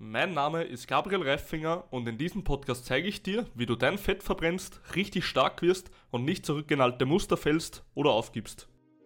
Mein Name ist Gabriel Reifinger und in diesem Podcast zeige ich dir, wie du dein Fett verbrennst, richtig stark wirst und nicht zurück in alte Muster fällst oder aufgibst.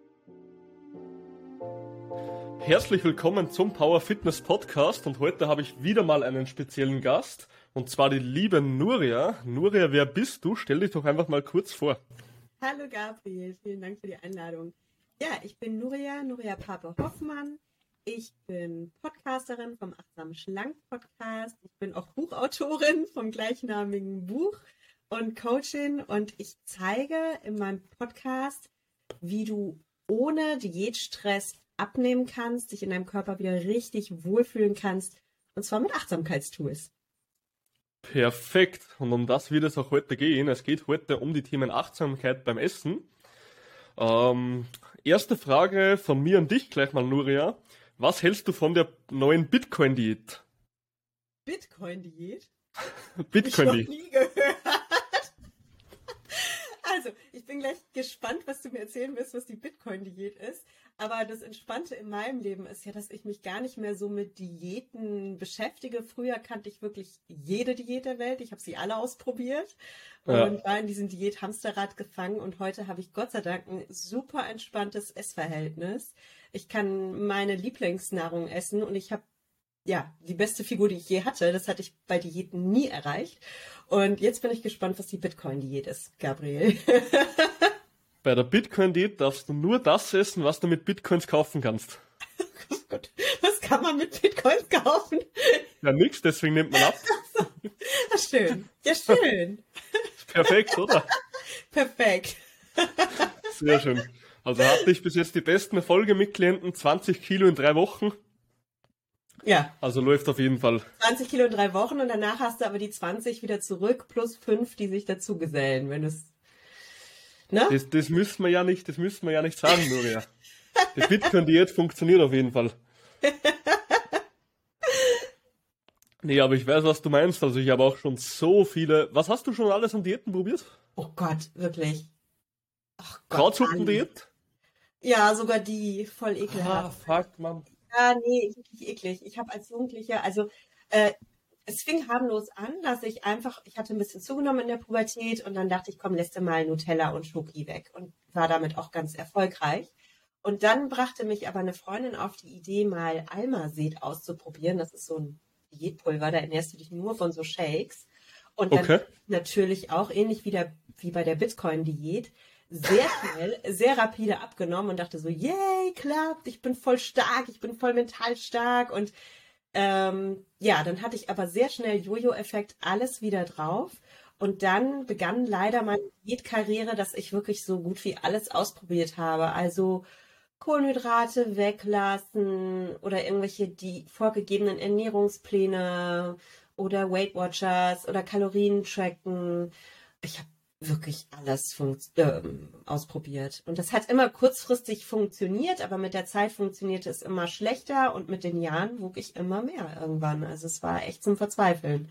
Herzlich willkommen zum Power Fitness Podcast und heute habe ich wieder mal einen speziellen Gast und zwar die liebe Nuria. Nuria, wer bist du? Stell dich doch einfach mal kurz vor. Hallo Gabriel, vielen Dank für die Einladung. Ja, ich bin Nuria Pape-Hoffmann. Ich bin Podcasterin vom Achtsam Schlank Podcast. Ich bin auch Buchautorin vom gleichnamigen Buch und Coachin. Und ich zeige in meinem Podcast, wie du ohne Diätstress abnehmen kannst, dich in deinem Körper wieder richtig wohlfühlen kannst. Und zwar mit Achtsamkeitstools. Perfekt. Und um das wird es auch heute gehen. Es geht heute um die Themen Achtsamkeit beim Essen. Erste Frage von mir an dich gleich mal, Nuria. Was hältst du von der neuen Bitcoin-Diät? Bitcoin-Diät? Bitcoin-Diät. Ich noch nie gehört. Also, ich bin gleich gespannt, was du mir erzählen wirst, was die Bitcoin-Diät ist. Aber das Entspannte in meinem Leben ist ja, dass ich mich gar nicht mehr so mit Diäten beschäftige. Früher kannte ich wirklich jede Diät der Welt. Ich habe sie alle ausprobiert und war in diesem Diät-Hamsterrad gefangen. Und heute habe ich Gott sei Dank ein super entspanntes Essverhältnis. Ich kann meine Lieblingsnahrung essen und ich habe die beste Figur, die ich je hatte. Das hatte ich bei Diäten nie erreicht. Und jetzt bin ich gespannt, was die Bitcoin-Diät ist, Gabriel. Bei der Bitcoin-Diät darfst du nur das essen, was du mit Bitcoins kaufen kannst. Oh Gott, was kann man mit Bitcoins kaufen? Ja, nix, deswegen nimmt man ab. Ach, schön. Ja, schön. Perfekt, oder? Perfekt. Sehr schön. Also hatte ich bis jetzt die besten Erfolge mit Klienten, 20 Kilo in 3 Wochen. Ja. Also läuft auf jeden Fall. 20 Kilo in 3 Wochen und danach hast du aber die 20 wieder zurück plus 5, die sich dazu gesellen, wenn es. Ne? Das müssen wir ja nicht sagen, Nuria. Die Bitcoin-Diät funktioniert auf jeden Fall. Nee, aber ich weiß, was du meinst. Also ich habe auch schon so viele. Was hast du schon alles an Diäten probiert? Oh Gott, wirklich. Ach Gott. Krautsuppendiät? Ja, sogar die, voll ekelhaft. Fuck, Mann. Ja, nee, wirklich eklig. Ich habe als Jugendliche, es fing harmlos an, dass ich hatte ein bisschen zugenommen in der Pubertät und dann dachte ich, komm, lässt du mal Nutella und Schoki weg und war damit auch ganz erfolgreich. Und dann brachte mich aber eine Freundin auf die Idee, mal Almazet auszuprobieren. Das ist so ein Diätpulver, da ernährst du dich nur von so Shakes. Und dann natürlich auch ähnlich wie bei der Bitcoin-Diät sehr schnell, sehr rapide abgenommen und dachte so, yay, klappt, ich bin voll stark, ich bin voll mental stark und dann hatte ich aber sehr schnell Jojo-Effekt, alles wieder drauf und dann begann leider meine Diätkarriere, dass ich wirklich so gut wie alles ausprobiert habe, also Kohlenhydrate weglassen oder irgendwelche die vorgegebenen Ernährungspläne oder Weight Watchers oder Kalorien tracken. Ich habe wirklich alles ausprobiert. Und das hat immer kurzfristig funktioniert, aber mit der Zeit funktionierte es immer schlechter und mit den Jahren wog ich immer mehr irgendwann. Also es war echt zum Verzweifeln.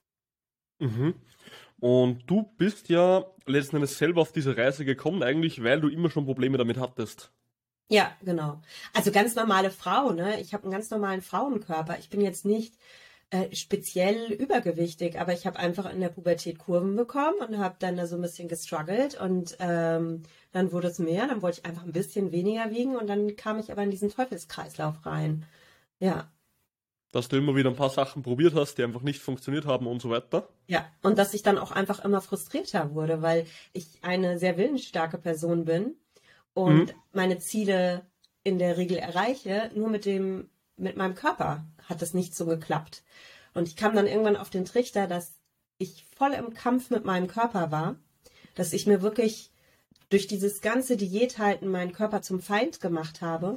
Mhm. Und du bist ja letzten Endes selber auf diese Reise gekommen, eigentlich, weil du immer schon Probleme damit hattest. Ja, genau. Also ganz normale Frau, ne? Ich habe einen ganz normalen Frauenkörper. Ich bin jetzt nicht speziell übergewichtig, aber ich habe einfach in der Pubertät Kurven bekommen und habe dann da so ein bisschen gestruggelt und dann wurde es mehr, dann wollte ich einfach ein bisschen weniger wiegen und dann kam ich aber in diesen Teufelskreislauf rein. Ja. Dass du immer wieder ein paar Sachen probiert hast, die einfach nicht funktioniert haben und so weiter. Ja, und dass ich dann auch einfach immer frustrierter wurde, weil ich eine sehr willensstarke Person bin und meine Ziele in der Regel erreiche, nur mit meinem Körper hat das nicht so geklappt. Und ich kam dann irgendwann auf den Trichter, dass ich voll im Kampf mit meinem Körper war, dass ich mir wirklich durch dieses ganze Diäthalten meinen Körper zum Feind gemacht habe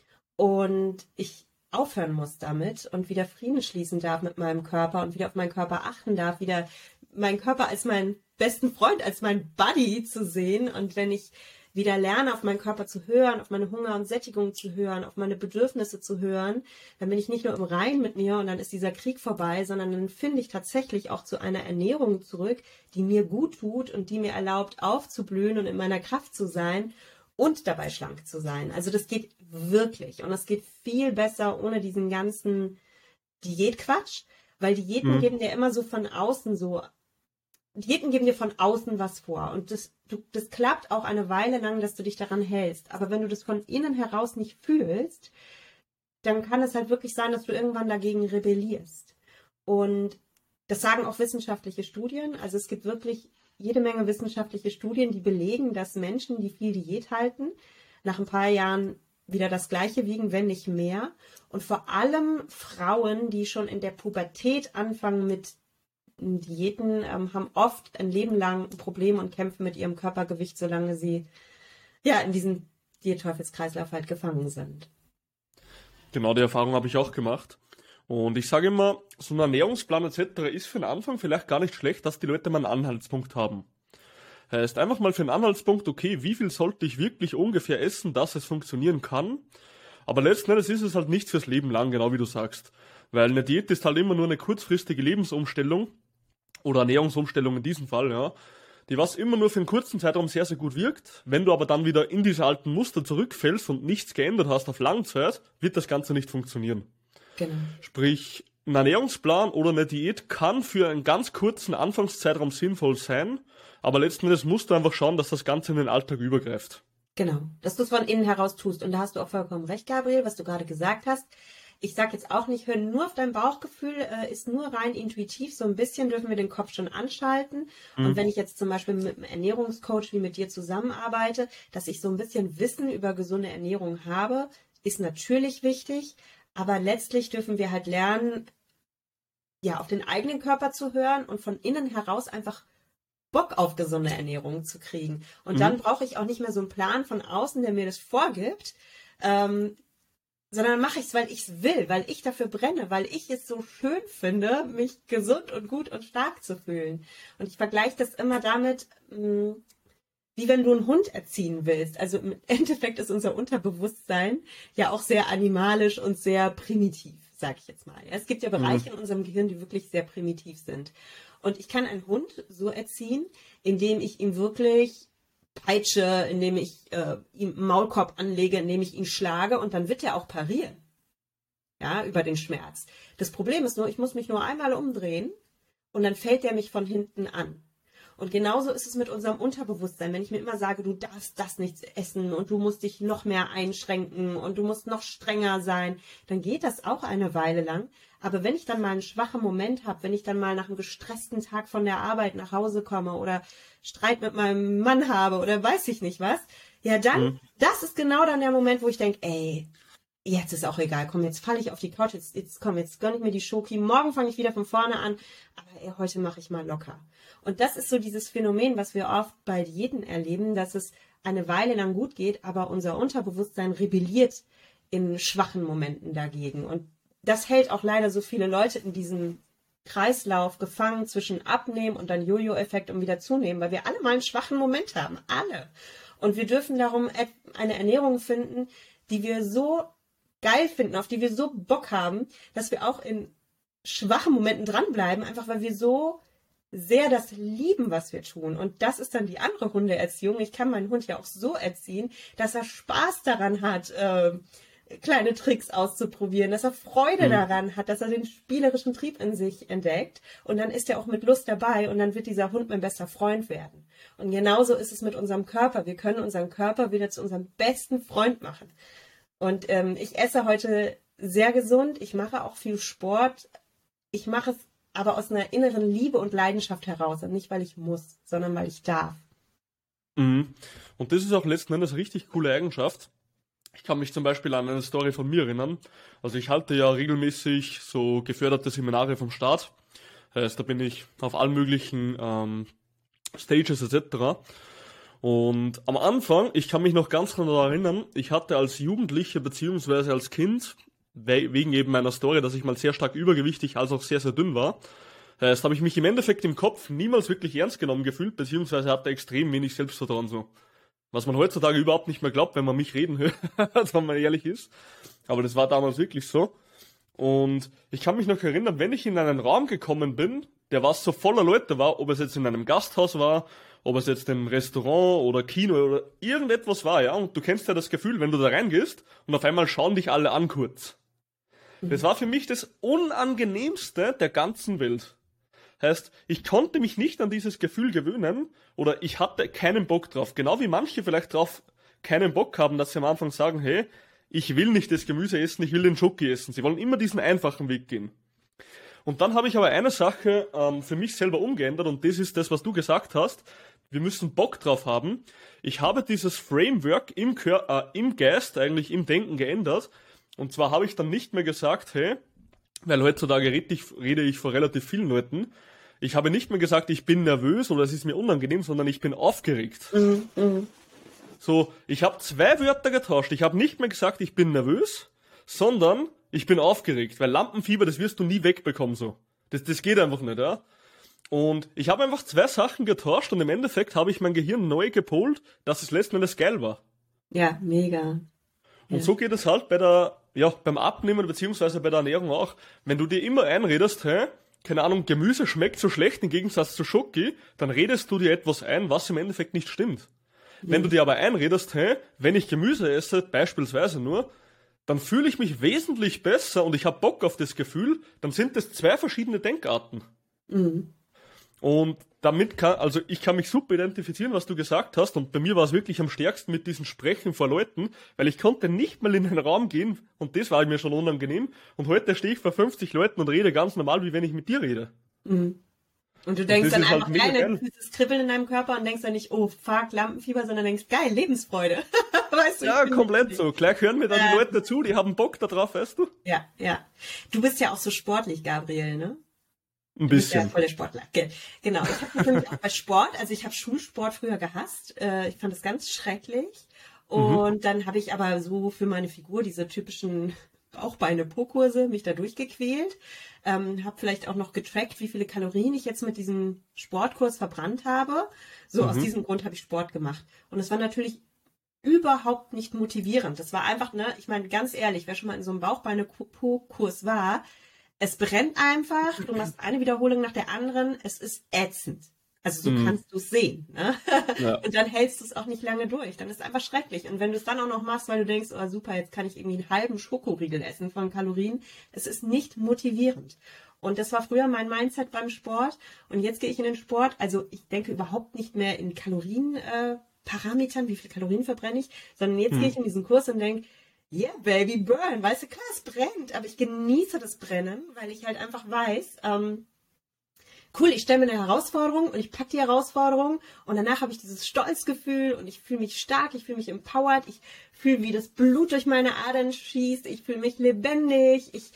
und ich aufhören muss damit und wieder Frieden schließen darf mit meinem Körper und wieder auf meinen Körper achten darf, wieder meinen Körper als meinen besten Freund, als meinen Buddy zu sehen. Und wenn ich wieder lerne, auf meinen Körper zu hören, auf meine Hunger und Sättigung zu hören, auf meine Bedürfnisse zu hören, dann bin ich nicht nur im Reinen mit mir und dann ist dieser Krieg vorbei, sondern dann finde ich tatsächlich auch zu einer Ernährung zurück, die mir gut tut und die mir erlaubt, aufzublühen und in meiner Kraft zu sein und dabei schlank zu sein. Also das geht wirklich und das geht viel besser ohne diesen ganzen Diätquatsch, weil Diäten geben dir immer so von außen Diäten geben dir von außen was vor und das klappt auch eine Weile lang, dass du dich daran hältst. Aber wenn du das von innen heraus nicht fühlst, dann kann es halt wirklich sein, dass du irgendwann dagegen rebellierst. Und das sagen auch wissenschaftliche Studien. Also es gibt wirklich jede Menge wissenschaftliche Studien, die belegen, dass Menschen, die viel Diät halten, nach ein paar Jahren wieder das Gleiche wiegen, wenn nicht mehr. Und vor allem Frauen, die schon in der Pubertät anfangen mit Diäten, haben oft ein Leben lang Probleme und kämpfen mit ihrem Körpergewicht, solange sie ja in diesem Diät-Teufelskreislauf halt gefangen sind. Genau, die Erfahrung habe ich auch gemacht. Und ich sage immer, so ein Ernährungsplan etc. ist für den Anfang vielleicht gar nicht schlecht, dass die Leute mal einen Anhaltspunkt haben. Heißt einfach mal für einen Anhaltspunkt, okay, wie viel sollte ich wirklich ungefähr essen, dass es funktionieren kann. Aber letzten Endes ist es halt nicht fürs Leben lang, genau wie du sagst. Weil eine Diät ist halt immer nur eine kurzfristige Lebensumstellung oder Ernährungsumstellung in diesem Fall, ja, die was immer nur für einen kurzen Zeitraum sehr, sehr gut wirkt. Wenn du aber dann wieder in diese alten Muster zurückfällst und nichts geändert hast auf Langzeit, wird das Ganze nicht funktionieren. Genau. Sprich, ein Ernährungsplan oder eine Diät kann für einen ganz kurzen Anfangszeitraum sinnvoll sein, aber letzten Endes musst du einfach schauen, dass das Ganze in den Alltag übergreift. Genau, dass du es von innen heraus tust. Und da hast du auch vollkommen recht, Gabriel, was du gerade gesagt hast. Ich sage jetzt auch nicht, hör nur auf dein Bauchgefühl, ist nur rein intuitiv. So ein bisschen dürfen wir den Kopf schon anschalten. Und wenn ich jetzt zum Beispiel mit einem Ernährungscoach wie mit dir zusammenarbeite, dass ich so ein bisschen Wissen über gesunde Ernährung habe, ist natürlich wichtig. Aber letztlich dürfen wir halt lernen, ja, auf den eigenen Körper zu hören und von innen heraus einfach Bock auf gesunde Ernährung zu kriegen. Und dann brauche ich auch nicht mehr so einen Plan von außen, der mir das vorgibt, sondern mache ich es, weil ich es will, weil ich dafür brenne, weil ich es so schön finde, mich gesund und gut und stark zu fühlen. Und ich vergleiche das immer damit, wie wenn du einen Hund erziehen willst. Also im Endeffekt ist unser Unterbewusstsein ja auch sehr animalisch und sehr primitiv, sage ich jetzt mal. Es gibt ja Bereiche in unserem Gehirn, die wirklich sehr primitiv sind. Und ich kann einen Hund so erziehen, indem ich ihm wirklich peitsche, indem ich ihm einen Maulkorb anlege, indem ich ihn schlage und dann wird er auch parieren. Ja, über den Schmerz. Das Problem ist nur, ich muss mich nur einmal umdrehen und dann fällt er mich von hinten an. Und genauso ist es mit unserem Unterbewusstsein. Wenn ich mir immer sage, du darfst das nicht essen und du musst dich noch mehr einschränken und du musst noch strenger sein, dann geht das auch eine Weile lang. Aber wenn ich dann mal einen schwachen Moment habe, wenn ich dann mal nach einem gestressten Tag von der Arbeit nach Hause komme oder Streit mit meinem Mann habe oder weiß ich nicht was, ja dann, das ist genau dann der Moment, wo ich denke, ey, jetzt ist auch egal, komm, jetzt falle ich auf die Couch, jetzt gönne ich mir die Schoki, morgen fange ich wieder von vorne an, aber ey, heute mache ich mal locker. Und das ist so dieses Phänomen, was wir oft bei Diäten erleben, dass es eine Weile lang gut geht, aber unser Unterbewusstsein rebelliert in schwachen Momenten dagegen. Und das hält auch leider so viele Leute in diesem Kreislauf gefangen zwischen Abnehmen und dann Jojo-Effekt und wieder zunehmen, weil wir alle mal einen schwachen Moment haben, alle. Und wir dürfen darum eine Ernährung finden, die wir so geil finden, auf die wir so Bock haben, dass wir auch in schwachen Momenten dranbleiben, einfach weil wir so sehr das lieben, was wir tun. Und das ist dann die andere Hundeerziehung. Ich kann meinen Hund ja auch so erziehen, dass er Spaß daran hat, kleine Tricks auszuprobieren, dass er Freude daran hat, dass er den spielerischen Trieb in sich entdeckt. Und dann ist er auch mit Lust dabei und dann wird dieser Hund mein bester Freund werden. Und genauso ist es mit unserem Körper. Wir können unseren Körper wieder zu unserem besten Freund machen. Und ich esse heute sehr gesund. Ich mache auch viel Sport. Ich mache es aber aus einer inneren Liebe und Leidenschaft heraus. Und nicht, weil ich muss, sondern weil ich darf. Und das ist auch letzten Endes eine richtig coole Eigenschaft. Ich kann mich zum Beispiel an eine Story von mir erinnern. Also ich halte ja regelmäßig so geförderte Seminare vom Staat. Heißt, da bin ich auf allen möglichen Stages etc. Und am Anfang, ich kann mich noch ganz genau daran erinnern, ich hatte als Jugendlicher beziehungsweise als Kind, wegen eben meiner Story, dass ich mal sehr stark übergewichtig als auch sehr, sehr dünn war, heißt, habe ich mich im Endeffekt im Kopf niemals wirklich ernst genommen gefühlt, beziehungsweise hatte extrem wenig Selbstvertrauen so. Was man heutzutage überhaupt nicht mehr glaubt, wenn man mich reden hört, wenn man ehrlich ist. Aber das war damals wirklich so. Und ich kann mich noch erinnern, wenn ich in einen Raum gekommen bin, der was so voller Leute war, ob es jetzt in einem Gasthaus war, ob es jetzt im Restaurant oder Kino oder irgendetwas war, ja. Und du kennst ja das Gefühl, wenn du da reingehst und auf einmal schauen dich alle an kurz. Das war für mich das Unangenehmste der ganzen Welt. Heißt, ich konnte mich nicht an dieses Gefühl gewöhnen oder ich hatte keinen Bock drauf. Genau wie manche vielleicht drauf keinen Bock haben, dass sie am Anfang sagen, hey, ich will nicht das Gemüse essen, ich will den Schoki essen. Sie wollen immer diesen einfachen Weg gehen. Und dann habe ich aber eine Sache für mich selber umgeändert und das ist das, was du gesagt hast. Wir müssen Bock drauf haben. Ich habe dieses Framework im Geist, eigentlich im Denken geändert. Und zwar habe ich dann nicht mehr gesagt, hey, weil heutzutage rede ich vor relativ vielen Leuten. Ich habe nicht mehr gesagt, ich bin nervös oder es ist mir unangenehm, sondern ich bin aufgeregt. So, ich habe 2 Wörter getauscht. Ich habe nicht mehr gesagt, ich bin nervös, sondern ich bin aufgeregt, weil Lampenfieber, das wirst du nie wegbekommen so. Das geht einfach nicht, ja. Und ich habe einfach 2 Sachen getauscht und im Endeffekt habe ich mein Gehirn neu gepolt, dass es letzten Endes geil war. Ja, mega. Und so geht es halt beim Abnehmen beziehungsweise bei der Ernährung auch. Wenn du dir immer einredest, hey, keine Ahnung, Gemüse schmeckt so schlecht im Gegensatz zu Schoki, dann redest du dir etwas ein, was im Endeffekt nicht stimmt. Wenn du dir aber einredest, hey, wenn ich Gemüse esse, beispielsweise nur, dann fühle ich mich wesentlich besser und ich habe Bock auf das Gefühl, dann sind das 2 verschiedene Denkarten. Und ich kann mich super identifizieren, was du gesagt hast, und bei mir war es wirklich am stärksten mit diesem Sprechen vor Leuten, weil ich konnte nicht mal in den Raum gehen und das war mir schon unangenehm und heute stehe ich vor 50 Leuten und rede ganz normal, wie wenn ich mit dir rede. Und du denkst dann einfach, halt geil, du fühlst das Kribbeln in deinem Körper und denkst dann nicht, oh fuck, Lampenfieber, sondern denkst, geil, Lebensfreude. Weißt du, ja, komplett so. Gleich hören mir dann die Leute zu, die haben Bock da drauf, weißt du? Ja, ja. Du bist ja auch so sportlich, Gabriel, ne? Ein bisschen. Ja, voll der Sportler. Genau. Ich habe natürlich auch bei Sport, also ich habe Schulsport früher gehasst. Ich fand das ganz schrecklich. Und dann habe ich aber so für meine Figur diese typischen Bauchbeine-Po-Kurse mich da durchgequält. Habe vielleicht auch noch getrackt, wie viele Kalorien ich jetzt mit diesem Sportkurs verbrannt habe. So, aus diesem Grund habe ich Sport gemacht. Und es war natürlich überhaupt nicht motivierend. Das war einfach, ne, ich meine, ganz ehrlich, wer schon mal in so einem Bauchbeine-Po-Kurs war, es brennt einfach, du machst eine Wiederholung nach der anderen, es ist ätzend. Also so kannst du es sehen. Ne? Ja. Und dann hältst du es auch nicht lange durch. Dann ist es einfach schrecklich. Und wenn du es dann auch noch machst, weil du denkst, oh super, jetzt kann ich irgendwie einen halben Schokoriegel essen von Kalorien, es ist nicht motivierend. Und das war früher mein Mindset beim Sport. Und jetzt gehe ich in den Sport. Also ich denke überhaupt nicht mehr in Kalorienparametern, wie viel Kalorien verbrenne ich, sondern jetzt gehe ich in diesen Kurs und denke, yeah, baby, burn. Weißt du, klar, es brennt, aber ich genieße das Brennen, weil ich halt einfach weiß, cool, ich stelle mir eine Herausforderung und ich packe die Herausforderung und danach habe ich dieses Stolzgefühl und ich fühle mich stark, ich fühle mich empowered, ich fühle, wie das Blut durch meine Adern schießt, ich fühle mich lebendig, ich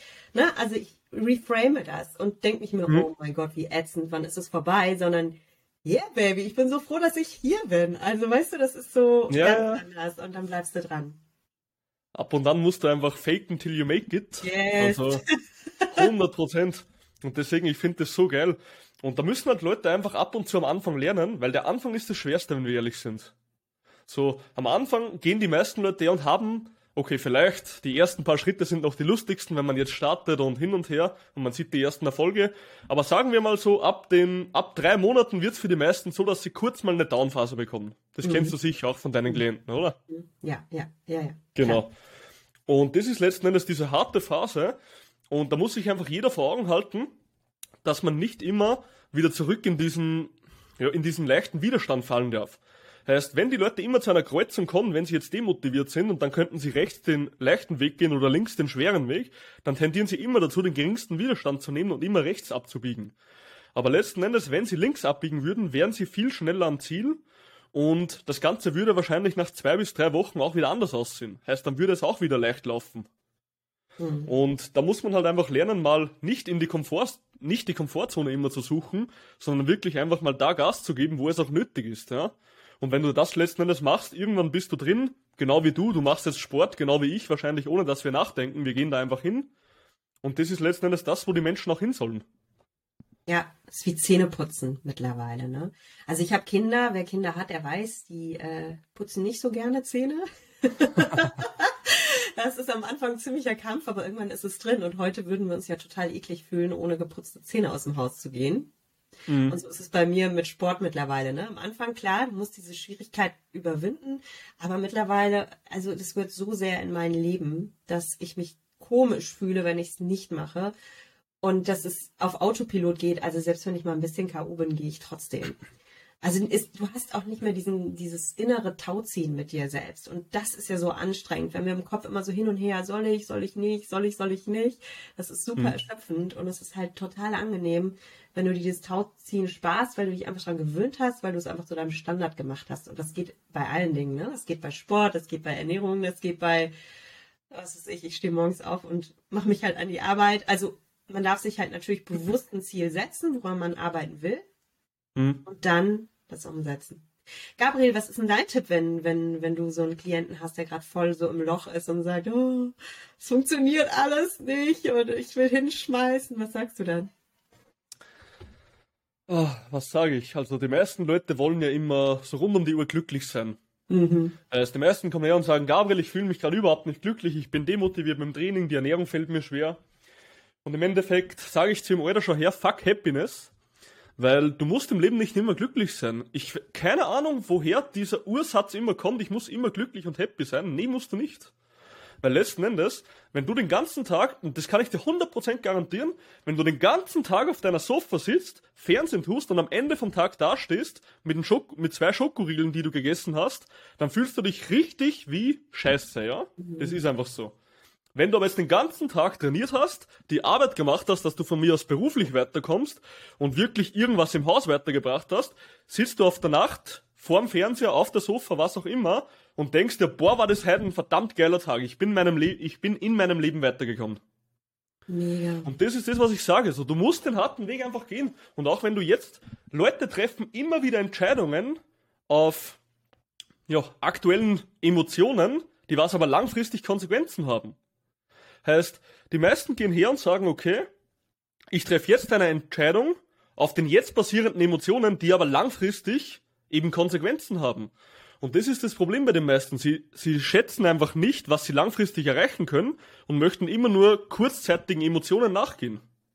reframe das und denke nicht mehr, oh mein Gott, wie ätzend, wann ist es vorbei, sondern yeah, baby, ich bin so froh, dass ich hier bin. Also, weißt du, das ist so ganz anders und dann bleibst du dran. Ab und an musst du einfach faken till you make it. Yes. Also 100%. Und deswegen, ich finde das so geil. Und da müssen halt Leute einfach ab und zu am Anfang lernen, weil der Anfang ist das Schwerste, wenn wir ehrlich sind. So, am Anfang gehen die meisten Leute her und haben, okay, vielleicht die ersten paar Schritte sind noch die lustigsten, wenn man jetzt startet und hin und her und man sieht die ersten Erfolge. Aber sagen wir mal so, ab 3 Monaten wird's für die meisten so, dass sie kurz mal eine Downphase bekommen. Das kennst du sicher auch von deinen Klienten, oder? Ja. Genau. Klar. Und das ist letzten Endes diese harte Phase. Und da muss sich einfach jeder vor Augen halten, dass man nicht immer wieder zurück in diesen leichten Widerstand fallen darf. Heißt, wenn die Leute immer zu einer Kreuzung kommen, wenn sie jetzt demotiviert sind und dann könnten sie rechts den leichten Weg gehen oder links den schweren Weg, dann tendieren sie immer dazu, den geringsten Widerstand zu nehmen und immer rechts abzubiegen. Aber letzten Endes, wenn sie links abbiegen würden, wären sie viel schneller am Ziel und das Ganze würde wahrscheinlich nach 2 bis 3 Wochen auch wieder anders aussehen. Heißt, dann würde es auch wieder leicht laufen. Und da muss man halt einfach lernen, mal nicht die Komfortzone immer zu suchen, sondern wirklich einfach mal da Gas zu geben, wo es auch nötig ist, ja. Und wenn du das letzten Endes machst, irgendwann bist du drin, genau wie du machst jetzt Sport, genau wie ich, wahrscheinlich ohne, dass wir nachdenken, wir gehen da einfach hin. Und das ist letzten Endes das, wo die Menschen auch hin sollen. Ja, das ist wie Zähneputzen mittlerweile, ne? Also ich habe Kinder, wer Kinder hat, der weiß, die putzen nicht so gerne Zähne. Das ist am Anfang ein ziemlicher Kampf, aber irgendwann ist es drin. Und heute würden wir uns ja total eklig fühlen, ohne geputzte Zähne aus dem Haus zu gehen. Und so ist es bei mir mit Sport mittlerweile. Ne? Am Anfang, klar, du musst diese Schwierigkeit überwinden. Aber mittlerweile, also das wird so sehr in mein Leben, dass ich mich komisch fühle, wenn ich es nicht mache. Und dass es auf Autopilot geht. Also selbst wenn ich mal ein bisschen K.O. bin, gehe ich trotzdem. Also du hast auch nicht mehr dieses innere Tauziehen mit dir selbst. Und das ist ja so anstrengend, wenn wir im Kopf immer so hin und her, soll ich nicht, soll ich nicht. Das ist super erschöpfend und es ist halt total angenehm, wenn du dir dieses Tauziehen sparst, weil du dich einfach daran gewöhnt hast, weil du es einfach zu deinem Standard gemacht hast. Und das geht bei allen Dingen, ne? Das geht bei Sport, das geht bei Ernährung, das geht bei, was weiß ich stehe morgens auf und mache mich halt an die Arbeit. Also man darf sich halt natürlich bewusst ein Ziel setzen, woran man arbeiten will. Und dann das umsetzen. Gabriel, was ist denn dein Tipp, wenn du so einen Klienten hast, der gerade voll so im Loch ist und sagt, oh, es funktioniert alles nicht und ich will hinschmeißen. Was sagst du dann? Oh, was sage ich? Also die meisten Leute wollen ja immer so rund um die Uhr glücklich sein. Also die meisten kommen her und sagen, Gabriel, ich fühle mich gerade überhaupt nicht glücklich, ich bin demotiviert mit dem Training, die Ernährung fällt mir schwer. Und im Endeffekt sage ich zu ihm, Alter, schau her, fuck Happiness. Weil du musst im Leben nicht immer glücklich sein. Keine Ahnung, woher dieser Ursatz immer kommt, ich muss immer glücklich und happy sein. Nee, musst du nicht. Weil letzten Endes, wenn du den ganzen Tag, und das kann ich dir 100% garantieren, wenn du den ganzen Tag auf deiner Sofa sitzt, Fernsehen tust und am Ende vom Tag dastehst, mit 2 Schokoriegeln, die du gegessen hast, dann fühlst du dich richtig wie Scheiße, ja? Das ist einfach so. Wenn du aber jetzt den ganzen Tag trainiert hast, die Arbeit gemacht hast, dass du von mir aus beruflich weiterkommst und wirklich irgendwas im Haus weitergebracht hast, sitzt du auf der Nacht vorm Fernseher, auf der Sofa, was auch immer und denkst dir, boah, war das heute ein verdammt geiler Tag. Ich bin in meinem Leben weitergekommen. Mega. Und das ist das, was ich sage. So, du musst den harten Weg einfach gehen. Und auch wenn du jetzt, Leute treffen immer wieder Entscheidungen auf aktuellen Emotionen, die was aber langfristig Konsequenzen haben. Heißt, die meisten gehen her und sagen, okay, ich treffe jetzt eine Entscheidung auf den jetzt basierenden Emotionen, die aber langfristig eben Konsequenzen haben. Und das ist das Problem bei den meisten. Sie schätzen einfach nicht, was sie langfristig erreichen können und möchten immer nur kurzzeitigen Emotionen nachgehen.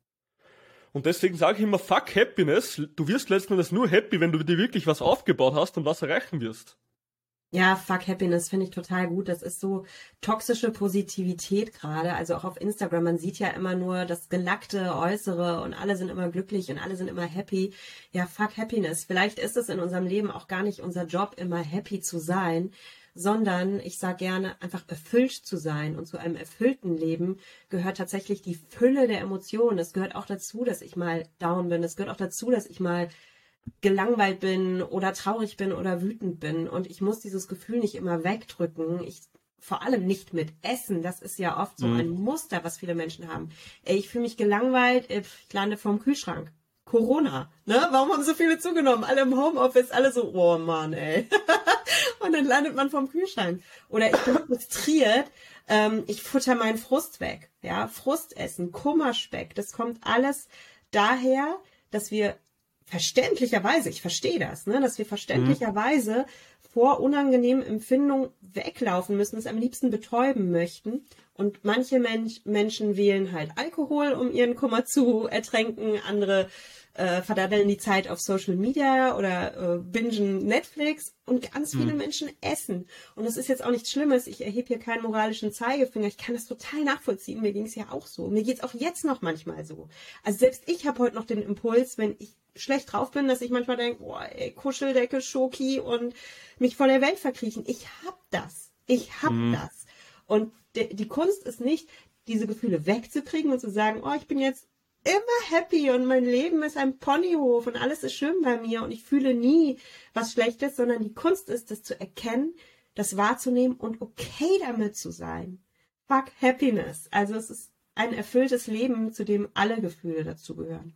Und deswegen sage ich immer, fuck Happiness. Du wirst letzten Endes nur happy, wenn du dir wirklich was aufgebaut hast und was erreichen wirst. Ja, fuck Happiness finde ich total gut. Das ist so toxische Positivität gerade. Also auch auf Instagram, man sieht ja immer nur das gelackte Äußere und alle sind immer glücklich und alle sind immer happy. Ja, fuck Happiness. Vielleicht ist es in unserem Leben auch gar nicht unser Job, immer happy zu sein, sondern ich sage gerne, einfach erfüllt zu sein. Und zu einem erfüllten Leben gehört tatsächlich die Fülle der Emotionen. Es gehört auch dazu, dass ich mal down bin. Es gehört auch dazu, dass ich mal gelangweilt bin oder traurig bin oder wütend bin und ich muss dieses Gefühl nicht immer wegdrücken. Vor allem nicht mit Essen. Das ist ja oft so ein Muster, was viele Menschen haben. Ey, ich fühle mich gelangweilt, ich lande vorm Kühlschrank. Corona, ne? Warum haben so viele zugenommen? Alle im Homeoffice, alle so, oh Mann, ey. Und dann landet man vorm Kühlschrank. Oder ich bin frustriert, ich futter meinen Frust weg. Ja, Frustessen, Kummerspeck, das kommt alles daher, dass wir verständlicherweise, ich verstehe das, ne, dass wir verständlicherweise vor unangenehmen Empfindungen weglaufen müssen, es am liebsten betäuben möchten. Und manche Menschen wählen halt Alkohol, um ihren Kummer zu ertränken, andere verdaddeln die Zeit auf Social Media oder bingen Netflix und ganz viele Menschen essen. Und das ist jetzt auch nichts Schlimmes. Ich erhebe hier keinen moralischen Zeigefinger. Ich kann das total nachvollziehen. Mir ging es ja auch so. Mir geht es auch jetzt noch manchmal so. Also selbst ich habe heute noch den Impuls, wenn ich schlecht drauf bin, dass ich manchmal denke, boah, ey, Kuscheldecke, Schoki und mich vor der Welt verkriechen. Ich hab das. Das. Und die Kunst ist nicht, diese Gefühle wegzukriegen und zu sagen, oh, ich bin jetzt immer happy und mein Leben ist ein Ponyhof und alles ist schön bei mir und ich fühle nie was Schlechtes, sondern die Kunst ist, das zu erkennen, das wahrzunehmen und okay damit zu sein. Fuck Happiness. Also es ist ein erfülltes Leben, zu dem alle Gefühle dazugehören.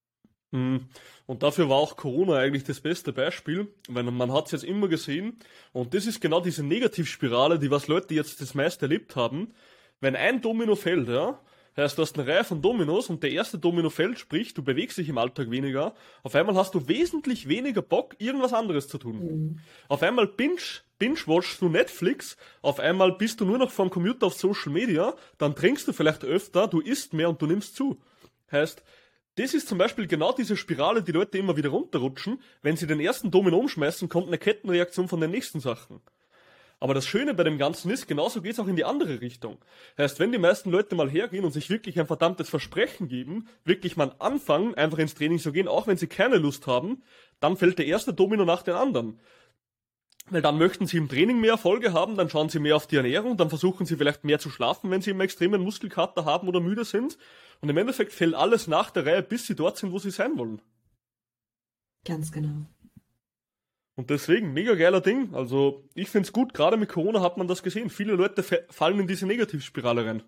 Und dafür war auch Corona eigentlich das beste Beispiel, weil man hat es jetzt immer gesehen und das ist genau diese Negativspirale, die was Leute jetzt das meiste erlebt haben. Wenn ein Domino fällt, ja, heißt, du hast eine Reihe von Dominos und der erste Domino fällt, sprich, du bewegst dich im Alltag weniger, auf einmal hast du wesentlich weniger Bock, irgendwas anderes zu tun. Auf einmal binge-watchst du Netflix, auf einmal bist du nur noch vorm Computer auf Social Media, dann trinkst du vielleicht öfter, du isst mehr und du nimmst zu. Heißt, das ist zum Beispiel genau diese Spirale, die Leute immer wieder runterrutschen. Wenn sie den ersten Domino umschmeißen, kommt eine Kettenreaktion von den nächsten Sachen. Aber das Schöne bei dem Ganzen ist, genauso geht's auch in die andere Richtung. Heißt, wenn die meisten Leute mal hergehen und sich wirklich ein verdammtes Versprechen geben, wirklich mal anfangen, einfach ins Training zu gehen, auch wenn sie keine Lust haben, dann fällt der erste Domino nach den anderen. Weil dann möchten sie im Training mehr Erfolge haben, dann schauen sie mehr auf die Ernährung, dann versuchen sie vielleicht mehr zu schlafen, wenn sie einen extremen Muskelkater haben oder müde sind. Und im Endeffekt fällt alles nach der Reihe, bis sie dort sind, wo sie sein wollen. Ganz genau. Und deswegen, mega geiler Ding. Also, ich find's gut, gerade mit Corona hat man das gesehen. Viele Leute fallen in diese Negativspirale rein.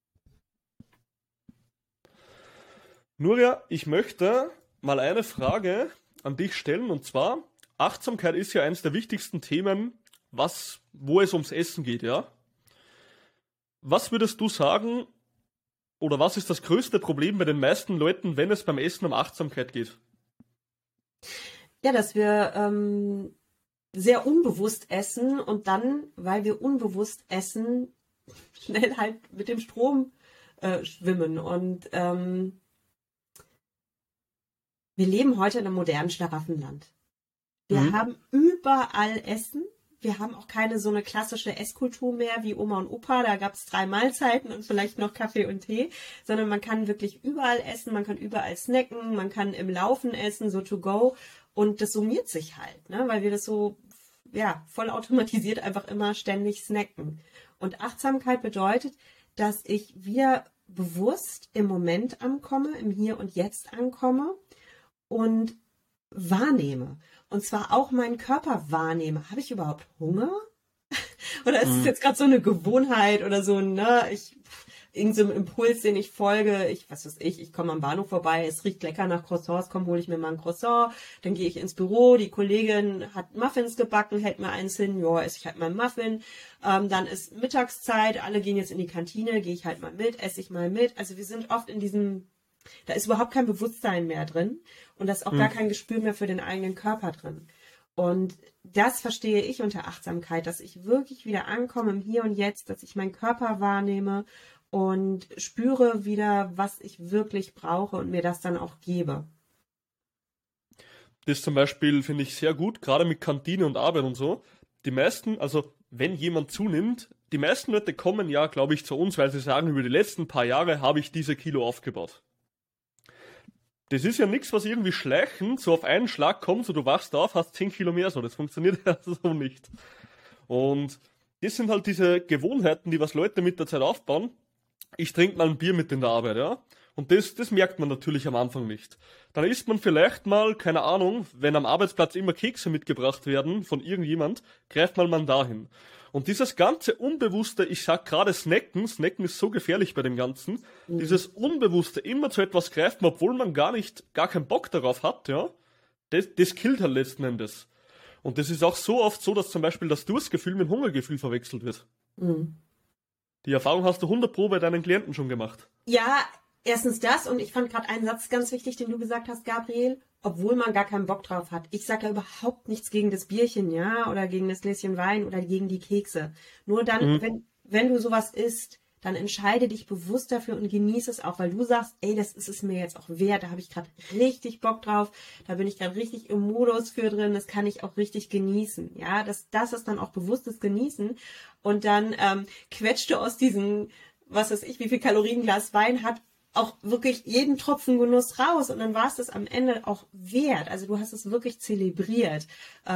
Nuria, ich möchte mal eine Frage an dich stellen, und zwar, Achtsamkeit ist ja eines der wichtigsten Themen, wo es ums Essen geht, ja? Was würdest du sagen, oder was ist das größte Problem bei den meisten Leuten, wenn es beim Essen um Achtsamkeit geht? Ja, dass wir sehr unbewusst essen und dann, weil wir unbewusst essen, schnell halt mit dem Strom schwimmen. Und wir leben heute in einem modernen Schlaraffenland. Wir haben überall Essen. Wir haben auch keine so eine klassische Esskultur mehr wie Oma und Opa. Da gab es 3 Mahlzeiten und vielleicht noch Kaffee und Tee. Sondern man kann wirklich überall essen, man kann überall snacken, man kann im Laufen essen, so to go. Und das summiert sich halt, ne? Weil wir das so voll automatisiert einfach immer ständig snacken. Und Achtsamkeit bedeutet, dass ich wieder bewusst im Moment ankomme, im Hier und Jetzt ankomme und wahrnehme. Und zwar auch meinen Körper wahrnehme. Habe ich überhaupt Hunger? Oder ist es jetzt gerade so eine Gewohnheit oder so, ne? Irgend so ein Impuls, den ich folge. Ich komme am Bahnhof vorbei, es riecht lecker nach Croissants, komm, hole ich mir mal ein Croissant. Dann gehe ich ins Büro, die Kollegin hat Muffins gebacken, hält mir eins hin, ja, esse ich halt mal einen Muffin. Dann ist Mittagszeit, alle gehen jetzt in die Kantine, gehe ich halt mal mit, esse ich mal mit. Also wir sind oft in diesem, da ist überhaupt kein Bewusstsein mehr drin und da ist auch gar kein Gespür mehr für den eigenen Körper drin. Und das verstehe ich unter Achtsamkeit, dass ich wirklich wieder ankomme im Hier und Jetzt, dass ich meinen Körper wahrnehme und spüre wieder, was ich wirklich brauche und mir das dann auch gebe. Das zum Beispiel finde ich sehr gut, gerade mit Kantine und Arbeit und so. Die meisten, also wenn jemand zunimmt, die meisten Leute kommen ja, glaube ich, zu uns, weil sie sagen, über die letzten paar Jahre habe ich diese Kilo aufgebaut. Das ist ja nichts, was irgendwie schleichend so auf einen Schlag kommt, so du wachst auf, hast 10 Kilo mehr, so das funktioniert ja so nicht. Und das sind halt diese Gewohnheiten, die was Leute mit der Zeit aufbauen. Ich trinke mal ein Bier mit in der Arbeit, ja. Und das merkt man natürlich am Anfang nicht. Dann isst man vielleicht mal, keine Ahnung, wenn am Arbeitsplatz immer Kekse mitgebracht werden von irgendjemand, greift man dahin. Und dieses ganze Unbewusste, ich sag gerade Snacken ist so gefährlich bei dem Ganzen, dieses Unbewusste, immer zu etwas greifen, obwohl man gar keinen Bock darauf hat, ja, das killt halt letzten Endes. Und das ist auch so oft so, dass zum Beispiel das Durstgefühl mit dem Hungergefühl verwechselt wird. Mhm. Die Erfahrung hast du 100% bei deinen Klienten schon gemacht. Ja, erstens das und ich fand gerade einen Satz ganz wichtig, den du gesagt hast, Gabriel, obwohl man gar keinen Bock drauf hat. Ich sage ja überhaupt nichts gegen das Bierchen, ja, oder gegen das Gläschen Wein oder gegen die Kekse. Nur dann, wenn du sowas isst, dann entscheide dich bewusst dafür und genieße es auch, weil du sagst, ey, das ist es mir jetzt auch wert, da habe ich gerade richtig Bock drauf, da bin ich gerade richtig im Modus für drin, das kann ich auch richtig genießen, ja, das ist dann auch bewusstes Genießen und dann quetscht du aus diesem, was weiß ich, wie viel Kalorien ein Glas Wein hat, auch wirklich jeden Tropfen Genuss raus und dann war es das am Ende auch wert, also du hast es wirklich zelebriert.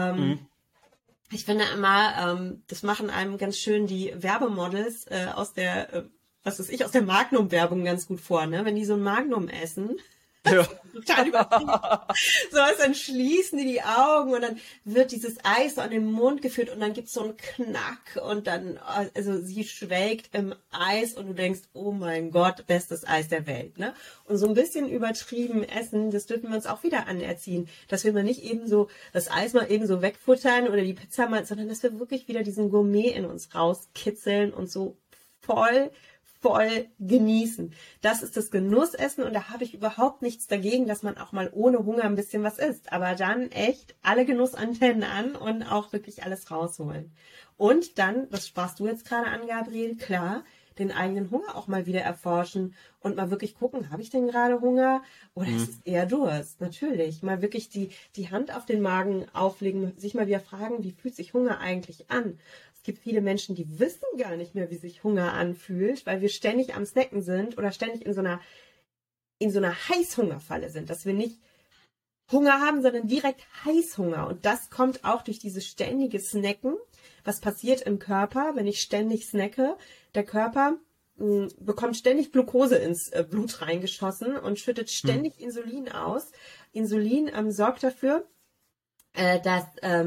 Ich finde immer, das machen einem ganz schön die Werbemodels aus der, aus der Magnum-Werbung ganz gut vor, ne? Wenn die so ein Magnum essen, Ja. total übertrieben. So was, dann schließen die Augen und dann wird dieses Eis so an den Mund geführt und dann gibt's so einen Knack und dann, also sie schwelgt im Eis und du denkst, oh mein Gott, bestes Eis der Welt, ne? Und so ein bisschen übertrieben essen, das dürfen wir uns auch wieder anerziehen, dass wir mal nicht eben so das Eis mal eben so wegfuttern oder die Pizza mal, sondern dass wir wirklich wieder diesen Gourmet in uns rauskitzeln und so voll genießen. Das ist das Genussessen und da habe ich überhaupt nichts dagegen, dass man auch mal ohne Hunger ein bisschen was isst. Aber dann echt alle Genussantennen an und auch wirklich alles rausholen. Und dann, das sprachst du jetzt gerade an, Gabriel, klar, den eigenen Hunger auch mal wieder erforschen und mal wirklich gucken, habe ich denn gerade Hunger oder ist es eher Durst? Natürlich. Mal wirklich die Hand auf den Magen auflegen, sich mal wieder fragen, wie fühlt sich Hunger eigentlich an? Es gibt viele Menschen, die wissen gar nicht mehr, wie sich Hunger anfühlt, weil wir ständig am Snacken sind oder ständig in so einer Heißhungerfalle sind, dass wir nicht Hunger haben, sondern direkt Heißhunger. Und das kommt auch durch dieses ständige Snacken. Was passiert im Körper, wenn ich ständig snacke? Der Körper bekommt ständig Glucose ins Blut reingeschossen und schüttet ständig Insulin aus. Insulin sorgt dafür, dass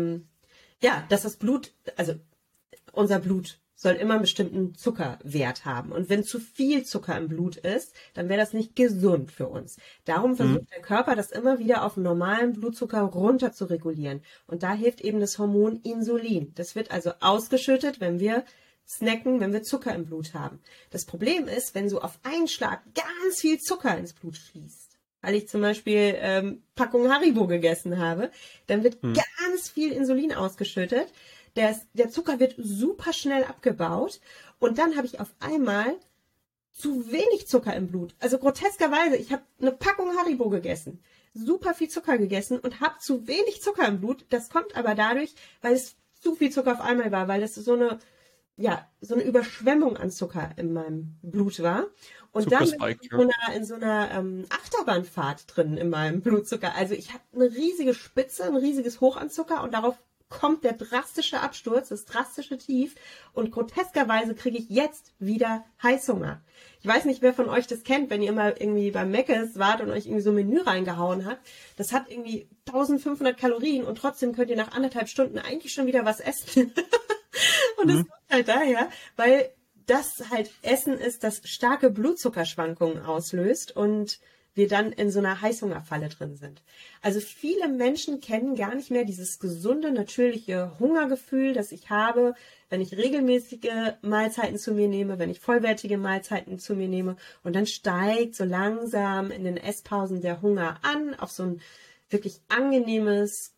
das Blut, also unser Blut soll immer einen bestimmten Zuckerwert haben. Und wenn zu viel Zucker im Blut ist, dann wäre das nicht gesund für uns. Darum versucht der Körper, das immer wieder auf normalen Blutzucker runter zu regulieren. Und da hilft eben das Hormon Insulin. Das wird also ausgeschüttet, wenn wir snacken, wenn wir Zucker im Blut haben. Das Problem ist, wenn so auf einen Schlag ganz viel Zucker ins Blut fließt, weil ich zum Beispiel Packung Haribo gegessen habe, dann wird ganz viel Insulin ausgeschüttet. Der Zucker wird super schnell abgebaut und dann habe ich auf einmal zu wenig Zucker im Blut. Also groteskerweise, ich habe eine Packung Haribo gegessen, super viel Zucker gegessen und habe zu wenig Zucker im Blut. Das kommt aber dadurch, weil es zu viel Zucker auf einmal war, weil es so eine Überschwemmung an Zucker in meinem Blut war. Und dann bin ich in so einer Achterbahnfahrt drin in meinem Blutzucker. Also ich habe eine riesige Spitze, ein riesiges Hoch an Zucker und darauf kommt der drastische Absturz, das drastische Tief und groteskerweise kriege ich jetzt wieder Heißhunger. Ich weiß nicht, wer von euch das kennt, wenn ihr mal irgendwie beim Mc's wart und euch irgendwie so ein Menü reingehauen habt. Das hat irgendwie 1500 Kalorien und trotzdem könnt ihr nach 1,5 Stunden eigentlich schon wieder was essen. Und das kommt halt daher, weil das halt Essen ist, das starke Blutzuckerschwankungen auslöst und wir dann in so einer Heißhungerfalle drin sind. Also viele Menschen kennen gar nicht mehr dieses gesunde, natürliche Hungergefühl, das ich habe, wenn ich regelmäßige Mahlzeiten zu mir nehme, wenn ich vollwertige Mahlzeiten zu mir nehme. Und dann steigt so langsam in den Esspausen der Hunger an, auf so ein wirklich angenehmes,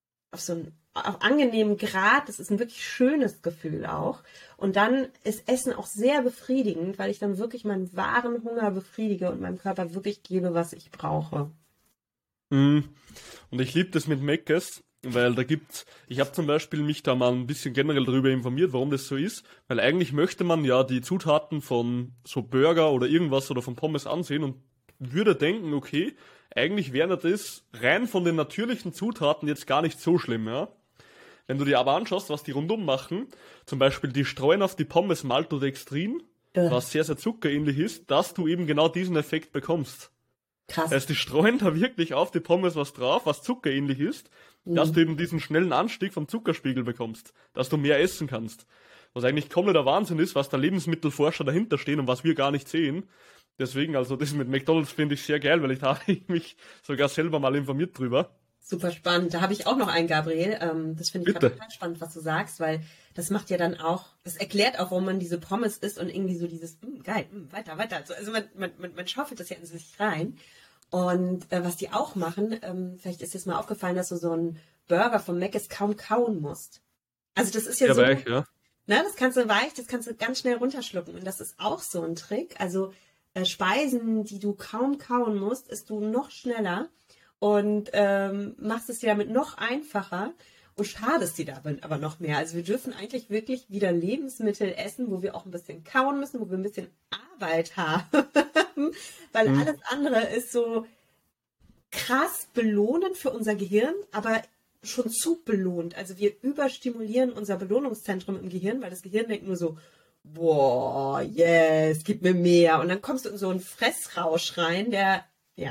auf angenehmen Grad. Das ist ein wirklich schönes Gefühl auch. Und dann ist Essen auch sehr befriedigend, weil ich dann wirklich meinen wahren Hunger befriedige und meinem Körper wirklich gebe, was ich brauche. Und ich liebe das mit Mc's, weil ich habe zum Beispiel mich da mal ein bisschen generell darüber informiert, warum das so ist, weil eigentlich möchte man ja die Zutaten von so Burger oder irgendwas oder von Pommes ansehen und würde denken, okay, eigentlich wäre das rein von den natürlichen Zutaten jetzt gar nicht so schlimm, ja. Wenn du dir aber anschaust, was die rundum machen, zum Beispiel die streuen auf die Pommes Maltodextrin, was sehr, sehr zuckerähnlich ist, dass du eben genau diesen Effekt bekommst. Krass. Das heißt, die streuen da wirklich auf die Pommes was drauf, was zuckerähnlich ist, dass du eben diesen schnellen Anstieg vom Zuckerspiegel bekommst, dass du mehr essen kannst. Was eigentlich kompletter Wahnsinn ist, was da Lebensmittelforscher dahinter stehen und was wir gar nicht sehen. Deswegen, also das mit McDonald's finde ich sehr geil, weil da habe ich mich sogar selber mal informiert drüber. Super spannend. Da habe ich auch noch einen, Gabriel. Das finde ich total spannend, was du sagst, weil das macht ja dann auch, das erklärt auch, warum man diese Pommes isst und irgendwie so dieses, geil, weiter. Also man schaufelt das ja in sich rein. Und was die auch machen, vielleicht ist dir mal aufgefallen, dass du so einen Burger vom Mc's kaum kauen musst. Also das ist ja so, weich, ja. Ne, das kannst du ganz schnell runterschlucken. Und das ist auch so ein Trick. Also Speisen, die du kaum kauen musst, isst du noch schneller. Und machst es dir damit noch einfacher und schadest dir damit aber noch mehr. Also wir dürfen eigentlich wirklich wieder Lebensmittel essen, wo wir auch ein bisschen kauen müssen, wo wir ein bisschen Arbeit haben. Weil alles andere ist so krass belohnend für unser Gehirn, aber schon zu belohnt. Also wir überstimulieren unser Belohnungszentrum im Gehirn, weil das Gehirn denkt nur so, boah, yes, gib mir mehr. Und dann kommst du in so einen Fressrausch rein, der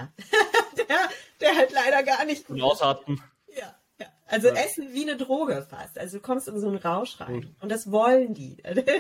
halt leider gar nicht gut ist. Ausatmen. Ja. Also Essen wie eine Droge fast. Also du kommst in so einen Rausch rein. Gut. Und das wollen die.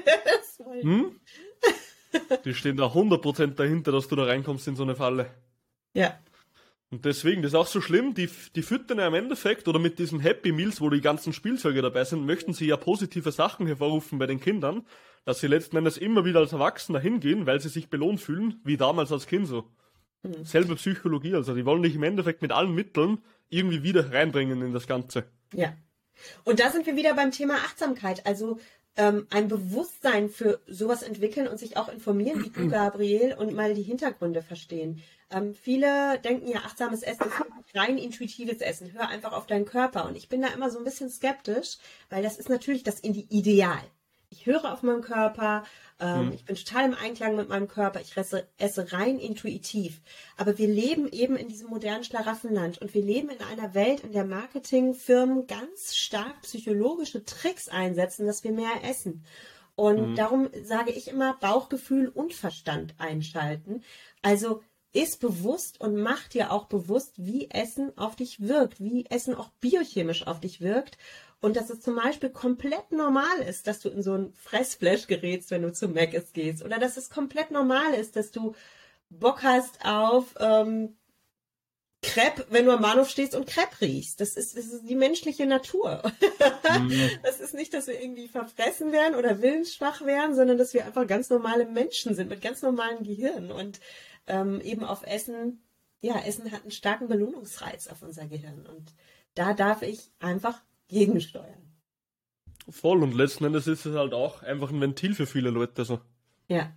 Die stehen da 100% dahinter, dass du da reinkommst in so eine Falle. Ja. Und deswegen, das ist auch so schlimm, die füttern ja im Endeffekt, oder mit diesen Happy Meals, wo die ganzen Spielzeuge dabei sind, möchten sie ja positive Sachen hervorrufen bei den Kindern, dass sie letzten Endes immer wieder als Erwachsener hingehen, weil sie sich belohnt fühlen, wie damals als Kind so. Selbe Psychologie, also die wollen dich im Endeffekt mit allen Mitteln irgendwie wieder reinbringen in das Ganze. Ja. Und da sind wir wieder beim Thema Achtsamkeit, also ein Bewusstsein für sowas entwickeln und sich auch informieren, wie du, Gabriel, und mal die Hintergründe verstehen. Viele denken ja, achtsames Essen ist rein intuitives Essen. Hör einfach auf deinen Körper. Und ich bin da immer so ein bisschen skeptisch, weil das ist natürlich das Ideal. Ich höre auf meinen Körper, ich bin total im Einklang mit meinem Körper, ich esse rein intuitiv. Aber wir leben eben in diesem modernen Schlaraffenland und wir leben in einer Welt, in der Marketingfirmen ganz stark psychologische Tricks einsetzen, dass wir mehr essen. Und darum sage ich immer, Bauchgefühl und Verstand einschalten. Also ist bewusst und mach dir auch bewusst, wie Essen auf dich wirkt, wie Essen auch biochemisch auf dich wirkt. Und dass es zum Beispiel komplett normal ist, dass du in so ein Fressflash gerätst, wenn du zu Mc's gehst. Oder dass es komplett normal ist, dass du Bock hast auf Crepe, wenn du am Bahnhof stehst und Crepe riechst. Das ist die menschliche Natur. Das ist nicht, dass wir irgendwie verfressen werden oder willensschwach werden, sondern dass wir einfach ganz normale Menschen sind mit ganz normalen Gehirnen. Und eben auf Essen, Essen hat einen starken Belohnungsreiz auf unser Gehirn. Und da darf ich einfach gegensteuern. Voll, und letzten Endes ist es halt auch einfach ein Ventil für viele Leute. So. Ja.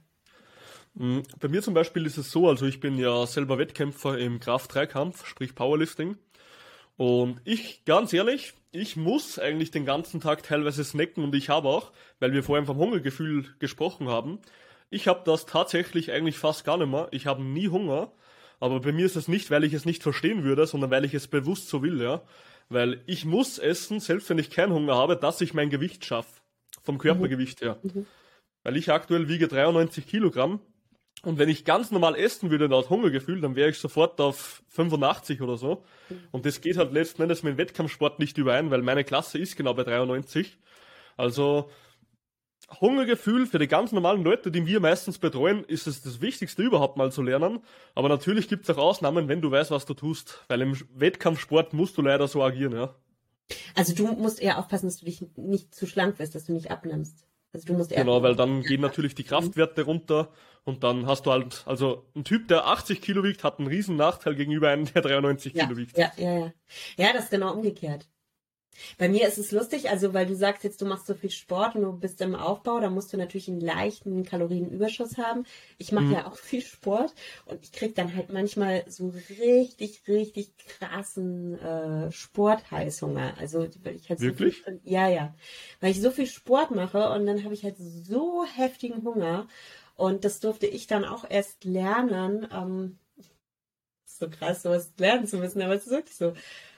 Bei mir zum Beispiel ist es so, also ich bin ja selber Wettkämpfer im Kraft-3-Kampf, sprich Powerlifting. Und ich, ganz ehrlich, ich muss eigentlich den ganzen Tag teilweise snacken und ich habe auch, weil wir vorhin vom Hungergefühl gesprochen haben, ich habe das tatsächlich eigentlich fast gar nicht mehr. Ich habe nie Hunger, aber bei mir ist es nicht, weil ich es nicht verstehen würde, sondern weil ich es bewusst so will, ja. Weil ich muss essen, selbst wenn ich keinen Hunger habe, dass ich mein Gewicht schaffe. Vom Körpergewicht her. Weil ich aktuell wiege 93 Kilogramm. Und wenn ich ganz normal essen würde laut Hungergefühl, dann wäre ich sofort auf 85 oder so. Und das geht halt letzten Endes mit dem Wettkampfsport nicht überein, weil meine Klasse ist genau bei 93. Also Hungergefühl für die ganz normalen Leute, die wir meistens betreuen, ist es das Wichtigste überhaupt mal zu lernen. Aber natürlich gibt es auch Ausnahmen, wenn du weißt, was du tust. Weil im Wettkampfsport musst du leider so agieren, ja. Also du musst eher aufpassen, dass du dich nicht zu schlank wirst, dass du nicht abnimmst. Also du musst eher Genau, weil dann gehen natürlich die Kraftwerte runter und dann hast du halt, also ein Typ, der 80 Kilo wiegt, hat einen riesen Nachteil gegenüber einem, der 93 Kilo wiegt. Ja, das ist genau umgekehrt. Bei mir ist es lustig, also weil du sagst jetzt, du machst so viel Sport und du bist im Aufbau, da musst du natürlich einen leichten Kalorienüberschuss haben. Ich mache ja auch viel Sport und ich krieg dann halt manchmal so richtig krassen Sportheißhunger. Also weil ich halt Wirklich? so viel, weil ich so viel Sport mache und dann habe ich halt so heftigen Hunger und das durfte ich dann auch erst lernen. Ist so krass, sowas lernen zu müssen, aber es ist wirklich so.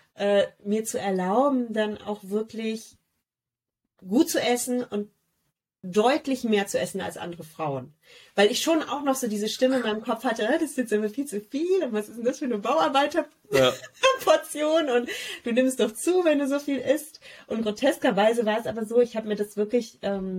Mir zu erlauben, dann auch wirklich gut zu essen und deutlich mehr zu essen als andere Frauen. Weil ich schon auch noch so diese Stimme in meinem Kopf hatte, das ist jetzt immer viel zu viel und was ist denn das für eine Bauarbeiterportion und du nimmst doch zu, wenn du so viel isst. Und groteskerweise war es aber so, ich habe mir das wirklich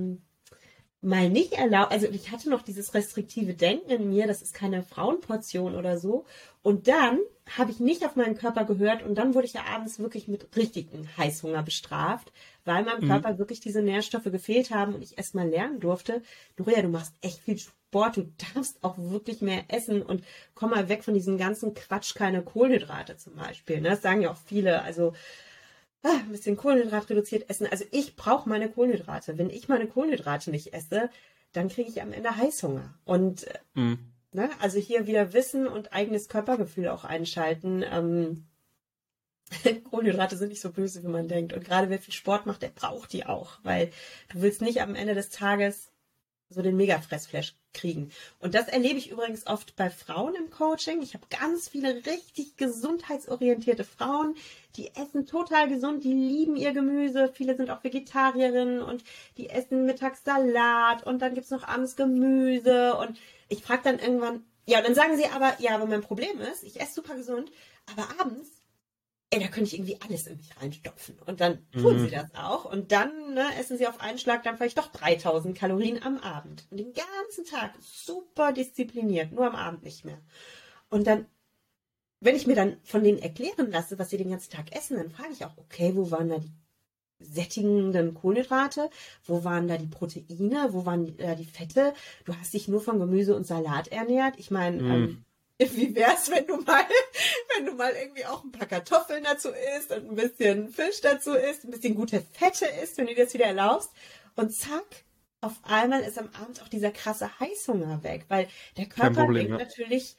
mal nicht erlaubt, also ich hatte noch dieses restriktive Denken in mir, das ist keine Frauenportion oder so. Und dann habe ich nicht auf meinen Körper gehört und dann wurde ich ja abends wirklich mit richtigen Heißhunger bestraft, weil meinem Körper wirklich diese Nährstoffe gefehlt haben und ich erst mal lernen durfte, Doria, du machst echt viel Sport, du darfst auch wirklich mehr essen und komm mal weg von diesem ganzen Quatsch, keine Kohlenhydrate zum Beispiel. Ne? Das sagen ja auch viele, also ein bisschen Kohlenhydrat reduziert essen. Also ich brauche meine Kohlenhydrate. Wenn ich meine Kohlenhydrate nicht esse, dann kriege ich am Ende Heißhunger. Und also hier wieder Wissen und eigenes Körpergefühl auch einschalten. Kohlenhydrate sind nicht so böse, wie man denkt. Und gerade wer viel Sport macht, der braucht die auch. Weil du willst nicht am Ende des Tages so den Mega-Fressflash kriegen. Und das erlebe ich übrigens oft bei Frauen im Coaching. Ich habe ganz viele richtig gesundheitsorientierte Frauen, die essen total gesund, die lieben ihr Gemüse. Viele sind auch Vegetarierinnen und die essen mittags Salat und dann gibt's noch abends Gemüse. Und ich frage dann irgendwann, und dann sagen sie aber, aber mein Problem ist, ich esse super gesund, aber abends da könnte ich irgendwie alles in mich reinstopfen. Und dann tun sie das auch. Und dann essen sie auf einen Schlag dann vielleicht doch 3000 Kalorien am Abend. Und den ganzen Tag super diszipliniert, nur am Abend nicht mehr. Und dann, wenn ich mir dann von denen erklären lasse, was sie den ganzen Tag essen, dann frage ich auch, okay, wo waren da die sättigenden Kohlenhydrate? Wo waren da die Proteine? Wo waren da die Fette? Du hast dich nur von Gemüse und Salat ernährt. Ich meine, wie wär's, wenn du mal irgendwie auch ein paar Kartoffeln dazu isst und ein bisschen Fisch dazu isst, ein bisschen gute Fette isst, wenn du dir das wieder erlaubst. Und zack, auf einmal ist am Abend auch dieser krasse Heißhunger weg, weil der Körper denkt natürlich,